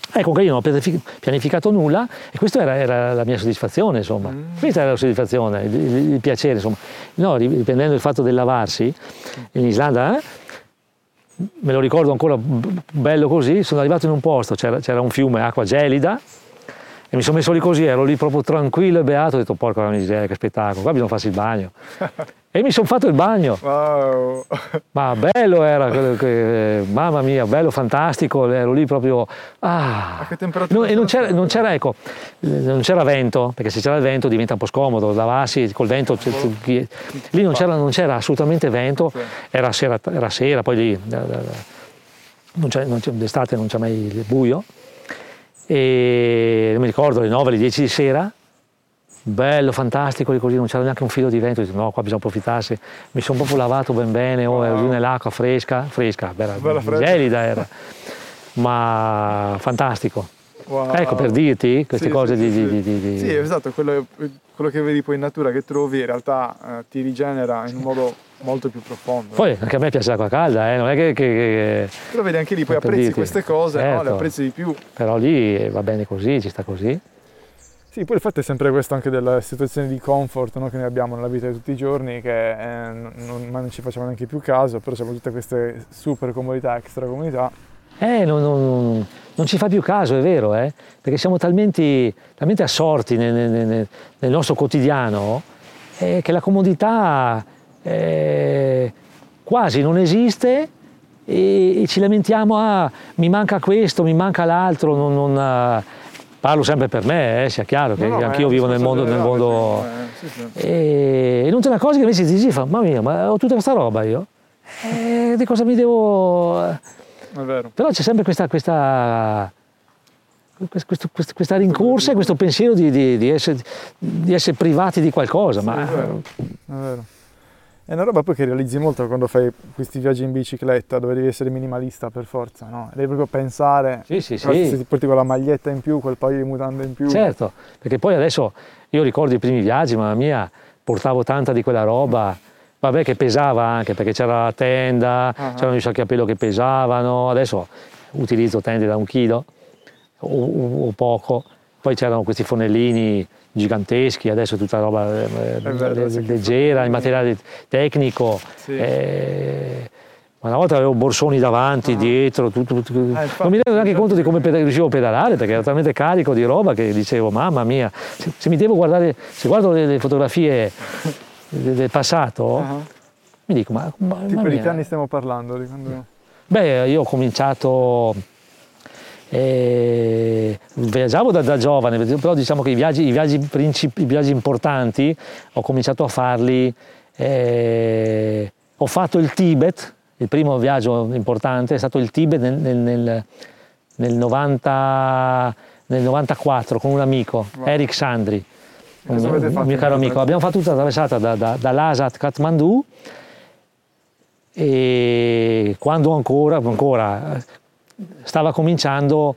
Comunque io non ho pianificato nulla e questa era la mia soddisfazione, insomma. Questa era la soddisfazione, il piacere, insomma. No, riprendendo il fatto del lavarsi, in Islanda, me lo ricordo ancora bello così, sono arrivato in un posto, c'era un fiume, acqua gelida, e mi sono messo lì così, ero lì proprio tranquillo e beato, ho detto porca miseria, che spettacolo, qua bisogna farsi il bagno. E mi sono fatto il bagno. Wow. Ma bello era, mamma mia, bello, fantastico, ero lì proprio... A che temperatura? E non c'era vento, perché se c'era il vento diventa un po' scomodo, lavassi col vento, lì non c'era assolutamente vento, era sera, poi lì d'estate non c'è mai il buio, e mi ricordo le 9, le 10 di sera, bello, fantastico, così non c'era neanche un filo di vento, ho detto, no, qua bisogna approfittarsi, mi sono proprio lavato ben bene, ero giù nell'acqua fresca, bella gelida era, ma fantastico. Wow. Ecco, per dirti queste cose di... Sì, esatto, quello che vedi poi in natura, che trovi, in realtà ti rigenera in un modo molto più profondo. Poi anche a me piace l'acqua calda, non è che... Però vedi anche lì, poi apprezzi queste cose, certo, no? Le apprezzi di più. Però lì va bene così, ci sta così. Sì, poi il fatto è sempre questo anche della situazione di comfort, no, che noi abbiamo nella vita di tutti i giorni, che non ci facciamo neanche più caso, però abbiamo tutte queste super comodità, extra comodità. Non ci fa più caso, è vero, perché siamo talmente assorti nel nostro quotidiano che la comodità quasi non esiste e ci lamentiamo, mi manca questo, mi manca l'altro, parlo sempre per me, sia chiaro che anch'io vivo nel mondo sì. E non c'è una cosa che invece ti dici, mamma mia, ma ho tutta questa roba io, di cosa mi devo... È vero. Però c'è sempre questa rincorsa e questo pensiero di essere privati di qualcosa. Sì, è vero. È una roba poi che realizzi molto quando fai questi viaggi in bicicletta, dove devi essere minimalista per forza, no? Devi proprio pensare, sì. Se ti porti quella maglietta in più, quel paio di mutande in più. Certo, perché poi adesso, io ricordo i primi viaggi, mamma mia, portavo tanta di quella roba. Vabbè, che pesava anche, perché c'era la tenda, c'erano i sacchi a pelo che pesavano, adesso utilizzo tende da 1 chilo o poco, poi c'erano questi fornellini giganteschi, adesso è tutta roba leggera, il materiale tecnico, sì. Ma una volta avevo borsoni davanti, dietro, tutto. Non mi rendo neanche conto di come riuscivo a pedalare, perché ero talmente carico di roba che dicevo, mamma mia, se mi devo guardare, se guardo le fotografie del passato, mi dico, ma tipo di che anni stiamo parlando? Beh, io ho cominciato, viaggiavo da giovane, però diciamo che i viaggi importanti ho cominciato a farli, ho fatto il Tibet, il primo viaggio importante è stato il Tibet nel 94 con un amico, Eric Sandri. Un mio caro amico, abbiamo fatto tutta la traversata da Lhasa a Kathmandu, e quando ancora stava cominciando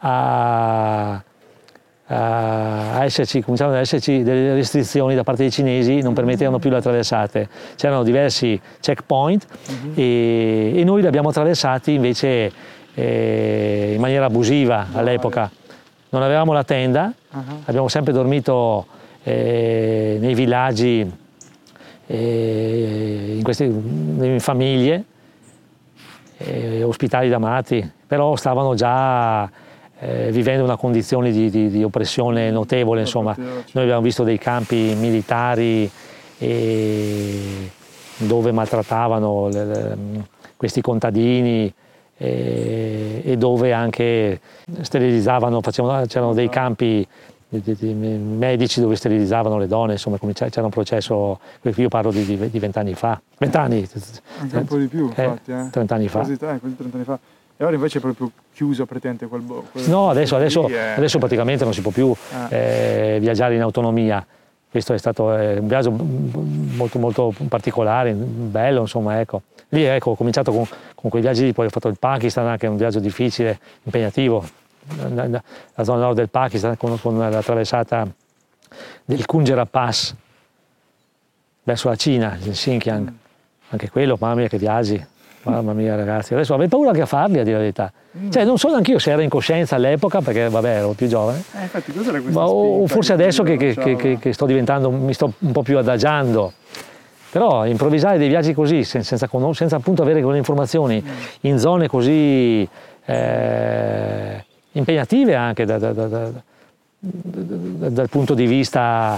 cominciavano ad esserci delle restrizioni da parte dei cinesi, non permettevano più le attraversate, c'erano diversi checkpoint e noi li abbiamo attraversati invece in maniera abusiva all'epoca. Non avevamo la tenda, abbiamo sempre dormito nei villaggi, in famiglie, ospitali da matti, però stavano già vivendo una condizione di oppressione notevole, insomma. Noi abbiamo visto dei campi militari dove maltrattavano questi contadini e dove anche sterilizzavano, c'erano dei campi medici dove sterilizzavano le donne, insomma c'era un processo, io parlo di 20 anni fa, 20 anni, anche un po' di più infatti, 30 anni fa. Quasi 30 anni fa. E ora invece è proprio chiuso praticamente quel no, adesso praticamente non si può più viaggiare in autonomia. Questo è stato un viaggio molto molto particolare, bello, insomma, ecco. Lì ecco, ho cominciato con quei viaggi, poi ho fatto il Pakistan, anche un viaggio difficile, impegnativo, la zona nord del Pakistan con la traversata del Kunjara Pass verso la Cina, il Xinjiang. Anche quello, mamma mia che viaggi, Mamma mia ragazzi, adesso avevo paura anche a farli, a dire la verità. Cioè non so neanche io se era in coscienza all'epoca, perché vabbè ero più giovane. Infatti cos'era questa O forse adesso che che sto diventando, mi sto un po' più adagiando. Però improvvisare dei viaggi così, senza appunto avere quelle informazioni, in zone così impegnative anche dal punto di vista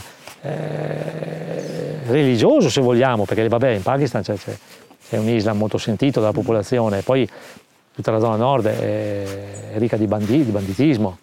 religioso, se vogliamo, perché vabbè in Pakistan c'è un Islam molto sentito dalla popolazione, poi tutta la zona nord è ricca di banditismo,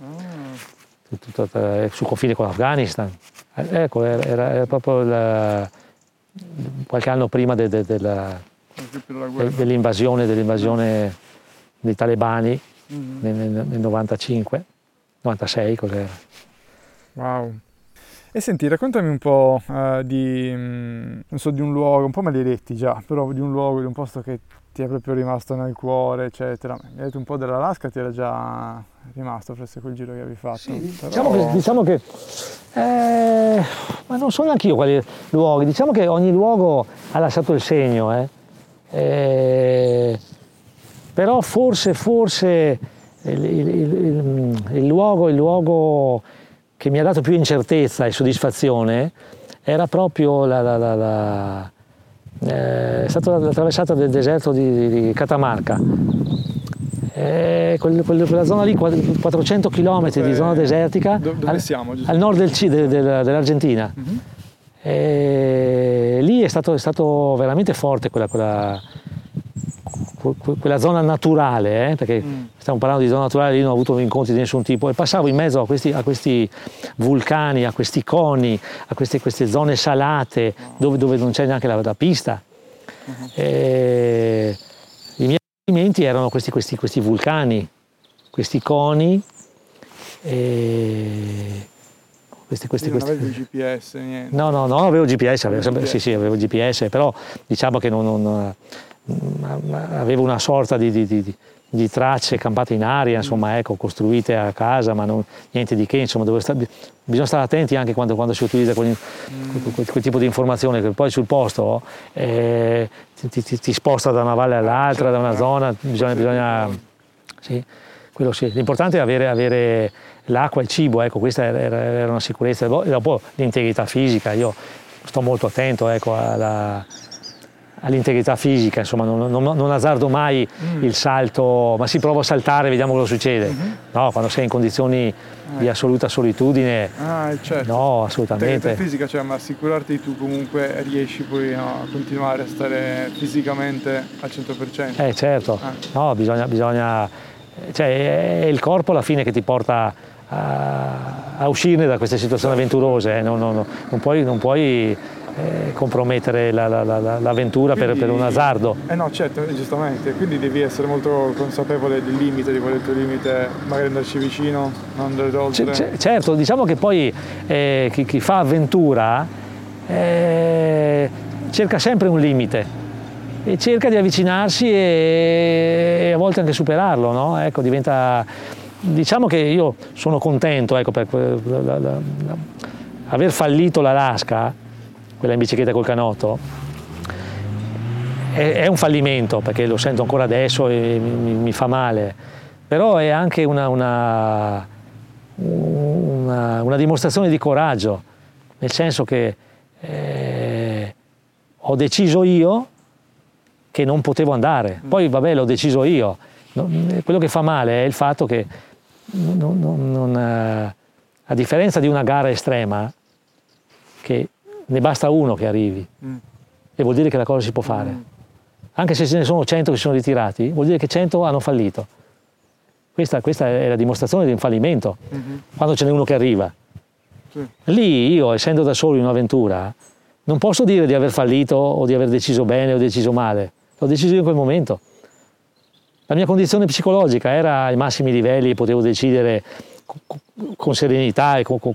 sul confine con l'Afghanistan. Ecco, era proprio qualche anno prima dell'invasione dei talebani nel 95, 96 cos'era. Wow. E senti, raccontami un po' di un luogo, un po' me li hai detti già, però di un luogo, di un posto che ti è proprio rimasto nel cuore, eccetera. Mi hai detto un po' dell'Alaska, ti era già rimasto forse quel giro che avevi fatto. Sì, però... diciamo che ma non so neanche io quali luoghi, diciamo che ogni luogo ha lasciato il segno, però forse il luogo che mi ha dato più incertezza e soddisfazione era proprio è stata la traversata del deserto di Catamarca. Quella zona lì, 400 km di zona desertica, dove siamo, al nord dell'Argentina. Lì è stato veramente forte quella zona naturale, perché stiamo parlando di zona naturale, lì non ho avuto incontri di nessun tipo, e passavo in mezzo a questi vulcani, a questi coni, a queste zone salate dove non c'è neanche la pista. I miei riferimenti erano questi vulcani, questi coni, non avevi il GPS, niente? No, avevo GPS, avevo GPS, però diciamo che avevo una sorta di tracce campate in aria, insomma, ecco, costruite a casa, ma niente di che, insomma, bisogna stare attenti anche quando si utilizza quel tipo di informazione, che poi sul posto ti sposta da una valle all'altra, da una zona, bisogna sì, quello sì. L'importante è avere l'acqua e il cibo, ecco, questa era una sicurezza. E dopo l'integrità fisica, io sto molto attento, ecco, all'integrità fisica, insomma, non azzardo mai il salto, ma si prova a saltare, vediamo cosa succede. No, quando sei in condizioni di assoluta solitudine, certo. No, assolutamente. L'integrità fisica, cioè, ma assicurarti che tu comunque riesci poi a continuare a stare fisicamente al 100%. Certo, no, bisogna, cioè è il corpo alla fine che ti porta a uscirne da queste situazioni avventurose, non puoi compromettere l'avventura per un azzardo. No, certo, giustamente, quindi devi essere molto consapevole del limite, di qual è il tuo limite, magari andarci vicino, non andare oltre. Certo, diciamo che poi chi fa avventura cerca sempre un limite e cerca di avvicinarsi e a volte anche superarlo, no? Ecco, diciamo che io sono contento, ecco, per aver fallito l'Alaska, quella in bicicletta col canotto, è un fallimento, perché lo sento ancora adesso e mi fa male, però è anche una dimostrazione di coraggio, nel senso che ho deciso io che non potevo andare, poi vabbè l'ho deciso io, quello che fa male è il fatto che a differenza di una gara estrema, che ne basta uno che arrivi, e vuol dire che la cosa si può fare. Anche se ce ne sono 100 che si sono ritirati, vuol dire che 100 hanno fallito. Questa è la dimostrazione di un fallimento, quando ce n'è uno che arriva. Sì. Lì io, essendo da solo in un'avventura, non posso dire di aver fallito o di aver deciso bene o deciso male. L'ho deciso io in quel momento. La mia condizione psicologica era ai massimi livelli e potevo decidere con serenità e con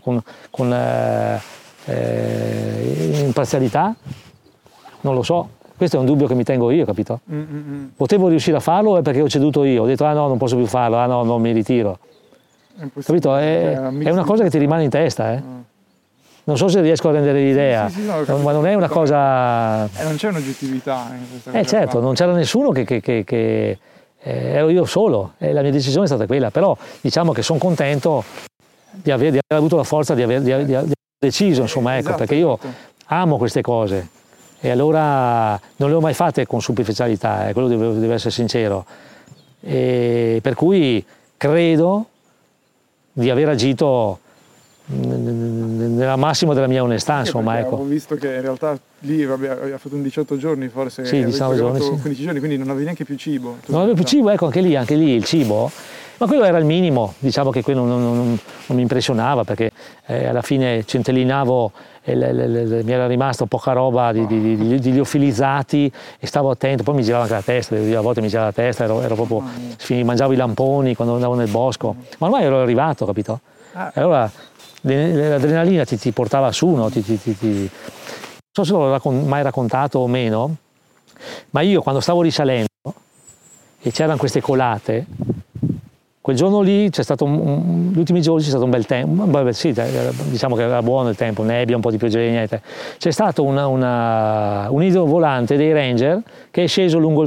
imparzialità? Non lo so, questo è un dubbio che mi tengo io, capito? Potevo riuscire a farlo o è perché ho ceduto io? Ho detto no, non posso più farlo, no, non mi ritiro. Capito? È una cosa che ti rimane in testa, Non so se riesco a rendere l'idea, Sì, no, ma non è una cosa... non c'è un'oggettività in questa cosa. Certo, non c'era nessuno che ero io solo, e la mia decisione è stata quella, però diciamo che sono contento di aver avuto la forza di aver deciso, insomma, ecco, esatto, perché io esatto. amo queste cose e allora non le ho mai fatte con superficialità, quello devo essere sincero, e per cui credo di aver agito nella massima della mia onestà, insomma, ecco. Ho visto che in realtà lì ha fatto un 18 giorni forse, sì, 19 giorni, sì. 15 giorni, quindi non avevi neanche più cibo. Non avevo più cibo, ecco, anche lì il cibo, ma quello era il minimo, diciamo che quello non mi impressionava, perché alla fine centellinavo e mi era rimasta poca roba di liofilizzati e stavo attento, poi mi girava anche la testa, a volte mi girava la testa, ero proprio, mangiavo i lamponi quando andavo nel bosco, ma ormai ero arrivato, capito? E allora l'adrenalina ti portava su, no? Non so se l'ho mai raccontato o meno, ma io quando stavo risalendo e c'erano queste colate, quel giorno lì c'è stato gli ultimi giorni c'è stato un bel tempo, sì, diciamo che era buono il tempo, nebbia, un po' di pioggia, niente. C'è stato un idrovolante dei ranger che è sceso lungo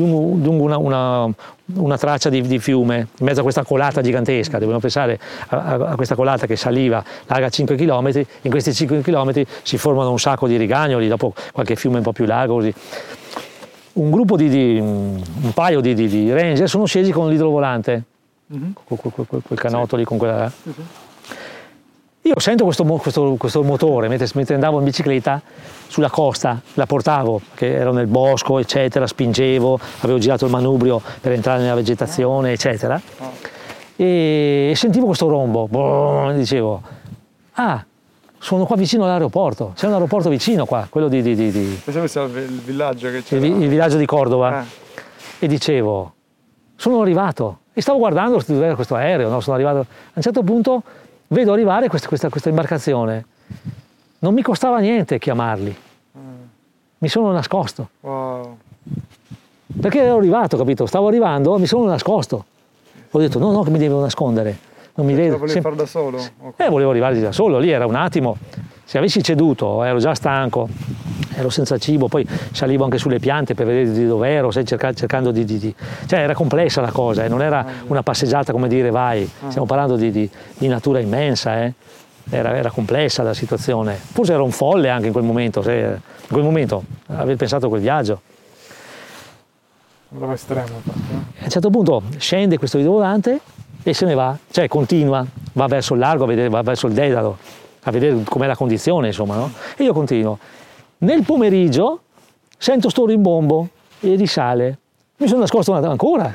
una traccia di fiume, in mezzo a questa colata gigantesca. Dobbiamo pensare a questa colata che saliva larga 5 km, in questi 5 km si formano un sacco di rigagnoli, dopo qualche fiume un po' più largo così. Un gruppo un paio di ranger sono scesi con l'idrovolante, quel canotto lì, con quella... Io sento questo motore mentre andavo in bicicletta sulla costa, la portavo, che ero nel bosco, eccetera, spingevo, avevo girato il manubrio per entrare nella vegetazione, eccetera, e sentivo questo rombo, dicevo, sono qua vicino all'aeroporto, c'è un aeroporto vicino qua, quello Pensavo sia il villaggio che c'era. Il villaggio di Cordova, e dicevo, sono arrivato, e stavo guardando questo aereo, no? Sono arrivato, a un certo punto vedo arrivare questa imbarcazione, non mi costava niente chiamarli, mi sono nascosto, perché ero arrivato, capito? Stavo arrivando, mi sono nascosto, ho detto no che mi devo nascondere, non mi vedo. Lo volevi fare da solo? Volevo arrivare da solo, lì era un attimo, se avessi ceduto ero già stanco, ero senza cibo, poi salivo anche sulle piante per vedere di dove ero, cercando cioè era complessa la cosa, non era una passeggiata come dire vai, stiamo parlando di natura immensa, era complessa la situazione, forse ero un folle anche in quel momento, aver pensato a quel viaggio. Bravo estremo. A un certo punto scende questo idrovolante e se ne va, cioè continua, va verso il largo, va verso il Dedalo, a vedere com'è la condizione, insomma, no? E io continuo. Nel pomeriggio sento sto rimbombo e risale. Mi sono nascosto ancora.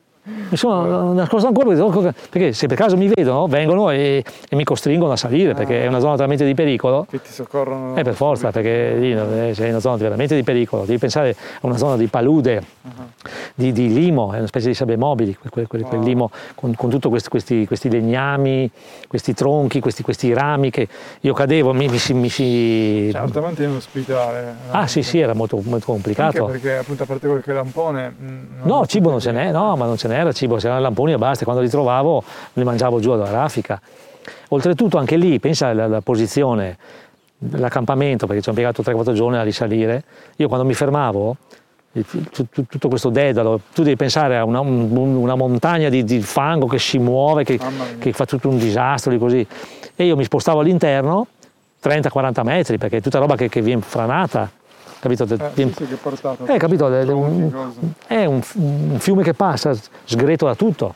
Perché se per caso mi vedono, vengono e mi costringono a salire, perché è una zona talmente di pericolo. Che ti soccorrono? Per forza, perché lì sei in una zona veramente di pericolo. Devi pensare a una zona di palude, di limo, è una specie di sabbie mobili, quel limo con tutti questi legnami, questi tronchi, questi rami che io cadevo, mi si... Certamente in ospitale. Sì, era molto, molto complicato. Anche perché appunto a parte qualche lampone... No, cibo non ce n'è, no, ma non ce n'era cibo, c'erano lamponi e basta, quando li trovavo li mangiavo giù alla raffica. Oltretutto anche lì, pensa alla posizione, l'accampamento, perché ci ho impiegato 3-4 giorni a risalire, io quando mi fermavo, tutto questo Dedalo, tu devi pensare a una montagna di fango che si muove, che fa tutto un disastro lì così, e io mi spostavo all'interno 30-40 metri, perché è tutta roba che viene franata, capito? Sì, che portato. Capito? È un fiume che passa, sgretola tutto.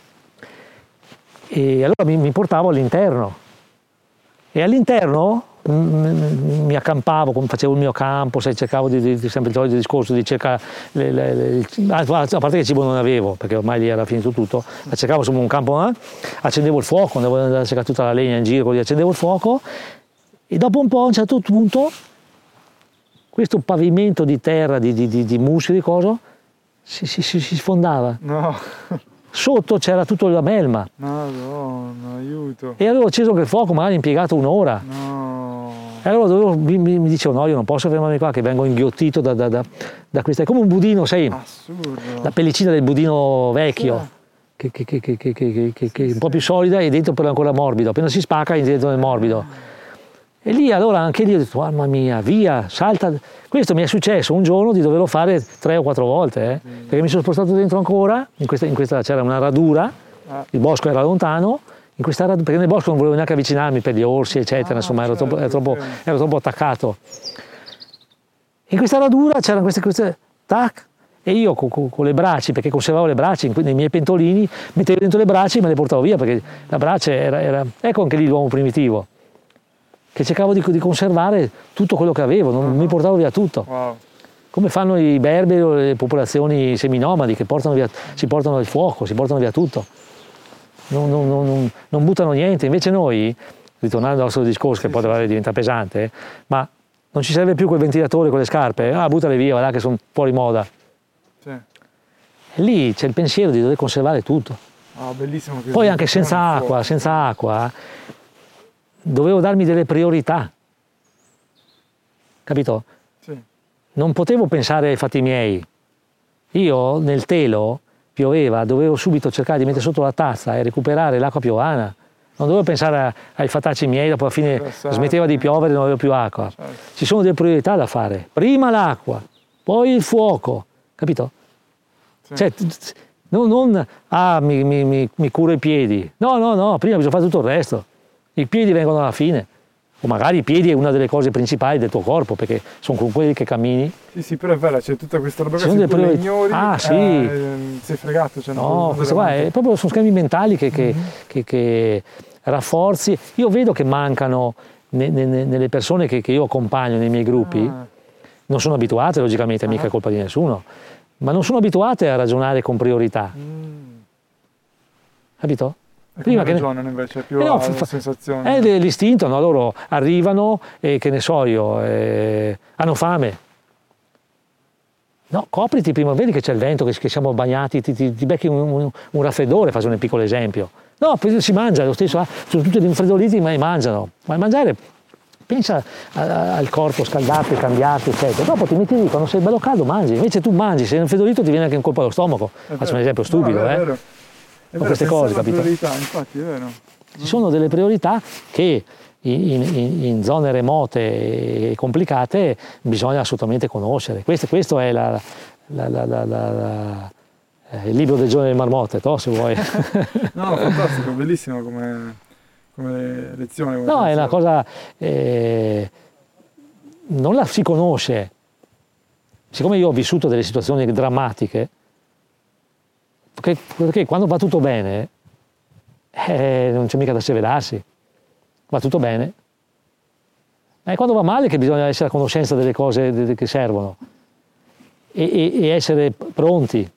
E allora mi portavo all'interno, e all'interno mi accampavo, facevo il mio campo, cercavo sempre il solito discorso di cercare, a parte che cibo non avevo, perché ormai lì era finito tutto, ma cercavo insomma un campo, accendevo il fuoco, andavo a cercare tutta la legna in giro, accendevo il fuoco, e dopo un po', a un certo punto, questo pavimento di terra, di muschi, di coso, si sfondava. No. Sotto c'era tutta la melma. Madonna, aiuto. E avevo acceso anche il fuoco, magari impiegato un'ora. No. E allora mi dicevo, no, io non posso fermarmi qua, che vengo inghiottito da questa... È come un budino, sai? Assurdo. La pellicina del budino vecchio, che è un po' più solida e dentro però è ancora morbido. Appena si spacca, dentro è morbido. E lì allora anche lì ho detto, mamma mia, via, salta. Questo mi è successo un giorno di doverlo fare 3 o 4 volte, perché mi sono spostato dentro ancora, in questa c'era una radura, il bosco era lontano, perché nel bosco non volevo neanche avvicinarmi per gli orsi, eccetera, insomma ero troppo attaccato. In questa radura c'erano queste tac, e io con le braci, perché conservavo le braci nei miei pentolini, mettevo dentro le braci e me le portavo via, perché la brace era ecco anche lì l'uomo primitivo, che cercavo di conservare tutto quello che avevo, non mi portavo via tutto. Wow. Come fanno i berberi o le popolazioni seminomadi che si portano il fuoco, si portano via tutto. Non buttano niente. Invece noi, ritornando al nostro discorso, che poi diventa pesante, ma non ci serve più quel ventilatore con le scarpe, buttale via, guarda che sono fuori moda. Sì. E lì c'è il pensiero di dover conservare tutto. Bellissimo. Poi anche senza acqua, dovevo darmi delle priorità, capito? Sì. Non potevo pensare ai fatti miei. Io nel telo pioveva, dovevo subito cercare di mettere sotto la tazza e recuperare l'acqua piovana. Non dovevo pensare ai fatacci miei, dopo alla fine smetteva di piovere e non avevo più acqua. Certo. Ci sono delle priorità da fare. Prima l'acqua, poi il fuoco, capito? Sì. Cioè, mi curo i piedi. No, prima bisogna fare tutto il resto. I piedi vengono alla fine. O magari i piedi è una delle cose principali del tuo corpo, perché sono con quelli che cammini. Sì, però è vero, c'è tutta questa roba che Ci sono se tu delle le ignori, sì. sei fregato. Cioè No, questo qua è proprio, sono schemi mentali che rafforzi. Io vedo che mancano nelle persone che io accompagno nei miei gruppi, non sono abituate, logicamente, mica è colpa di nessuno, ma non sono abituate a ragionare con priorità. Capito? Prima che ragionano invece, più la sensazione. È l'istinto, no? Loro arrivano e che ne so io, hanno fame. No, copriti prima, vedi che c'è il vento, che siamo bagnati, ti becchi un raffreddore, faccio un piccolo esempio. No, si mangia lo stesso, sono tutti rinfreddoliti ma mangiano. Ma mangiare, pensa al corpo scaldato, cambiato, eccetera. Dopo ti metti lì, quando sei bello caldo mangi, invece tu mangi, sei rinfreddolito ti viene anche un colpo allo stomaco. Faccio un esempio stupido, È vero. Con queste cose, capito? Priorità, infatti, è vero. Ci sono delle priorità che in zone remote e complicate bisogna assolutamente conoscere. Questo è il libro del giorno del marmotte, se vuoi. No, fantastico, bellissimo come lezione. No, è una cosa, non la si conosce. Siccome io ho vissuto delle situazioni drammatiche, perché quando va tutto bene non c'è mica da sevelarsi, va tutto bene. È quando va male che bisogna essere a conoscenza delle cose che servono e essere pronti.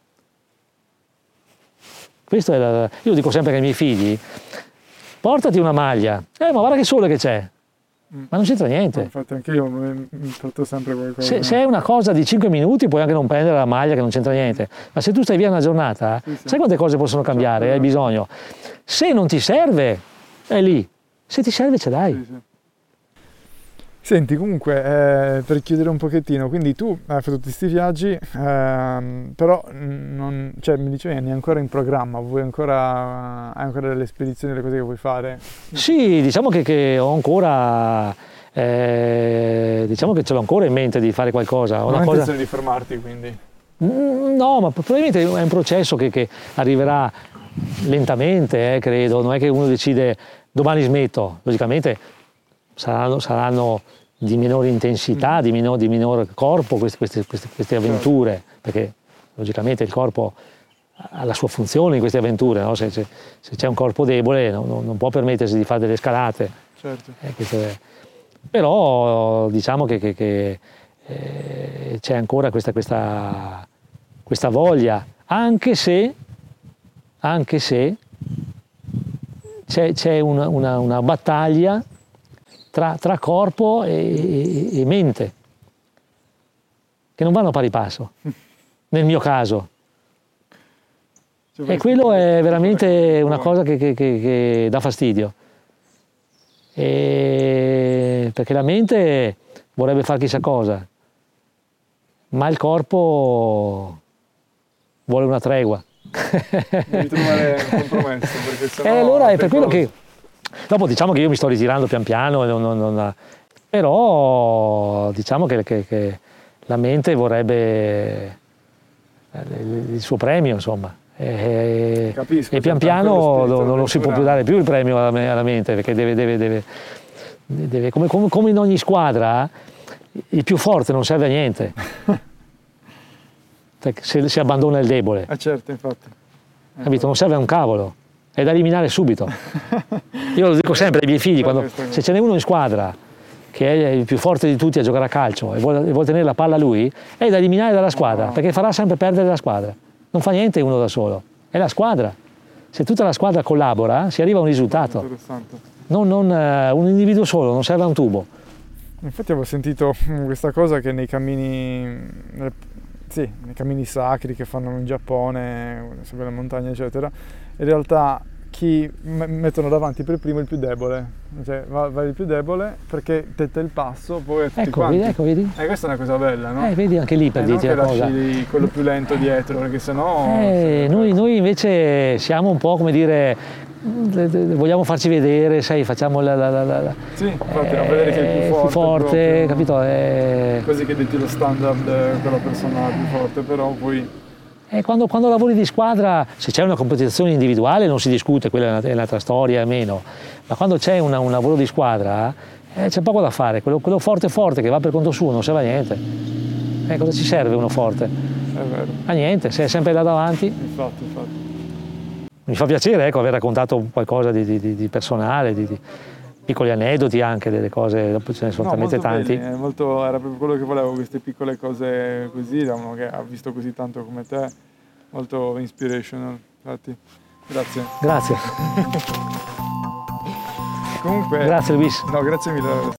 Questo è io dico sempre ai miei figli, portati una maglia, ma guarda che sole che c'è, ma non c'entra niente. Infatti anche io mi porto sempre qualcosa. Se è una cosa di 5 minuti puoi anche non prendere la maglia che non c'entra niente, ma se tu stai via una giornata, sai quante cose possono cambiare, hai bisogno. Se non ti serve, è lì, se ti serve ce l'hai. Sì. Senti, comunque, per chiudere un pochettino, quindi tu hai fatto tutti questi viaggi, però mi dicevi non è ancora in programma, hai ancora delle spedizioni, delle cose che vuoi fare? Sì, diciamo che ho ancora, diciamo che ce l'ho ancora in mente di fare qualcosa. Non hai intenzione di fermarti, quindi? No, ma probabilmente è un processo che arriverà lentamente, credo, non è che uno decide domani smetto, logicamente saranno di minore intensità, di minor corpo queste avventure, perché logicamente il corpo ha la sua funzione in queste avventure, no? Se c'è un corpo debole non può permettersi di fare delle scalate. Certo. Però diciamo che c'è ancora questa voglia, anche se c'è una battaglia tra corpo e mente, che non vanno a pari passo, nel mio caso. E quello è veramente una cosa che dà fastidio. Perché la mente vorrebbe fare chissà cosa, ma il corpo vuole una tregua. Devi trovare un compromesso, perché sennò allora è per quello che dopo diciamo che io mi sto ritirando pian piano Però diciamo che la mente vorrebbe il suo premio, insomma. Capisco, E pian c'è ancora piano lo spirito non si può più avventurale. dare più il premio alla mente, perché come in ogni squadra, il più forte non serve a niente. Se si abbandona il debole, Certo, infatti. capito? Non serve a un cavolo, è da eliminare subito. Io lo dico sempre ai miei figli, se ce n'è uno in squadra che è il più forte di tutti a giocare a calcio e vuole tenere la palla lui, è da eliminare dalla squadra, perché farà sempre perdere la squadra. Non fa niente uno da solo, è la squadra. Se tutta la squadra collabora, si arriva a un risultato. Interessante. Non un individuo solo, non serve a un tubo. Infatti avevo sentito questa cosa che nei cammini sacri che fanno in Giappone, sulle montagne eccetera, in realtà chi mettono davanti per primo il più debole, cioè va il più debole perché tetta il passo, poi a tutti quanti. Vedi? Questa è una cosa bella, no? Vedi anche lì per dirti non una che cosa. lasci quello più lento dietro, perché sennò... Noi invece siamo un po', come dire, vogliamo farci vedere, sai, facciamo Sì, infatti, a vedere che è il più forte, capito? Così che detti lo standard, quella persona più forte, però poi... E quando lavori di squadra, se c'è una competizione individuale non si discute, quella è un'altra storia, meno, ma quando c'è un lavoro di squadra c'è poco da fare, quello forte che va per conto suo non serve a niente. Cosa ci serve uno forte? È vero. A niente, se è sempre là davanti. Infatti. Mi fa piacere aver raccontato qualcosa di personale, di piccoli aneddoti anche, delle cose, dopo ce ne sono talmente tanti. Belli, era proprio quello che volevo, queste piccole cose così, da uno che ha visto così tanto come te, molto inspirational, infatti. Grazie. Grazie. Comunque... Grazie Luis. No, grazie mille.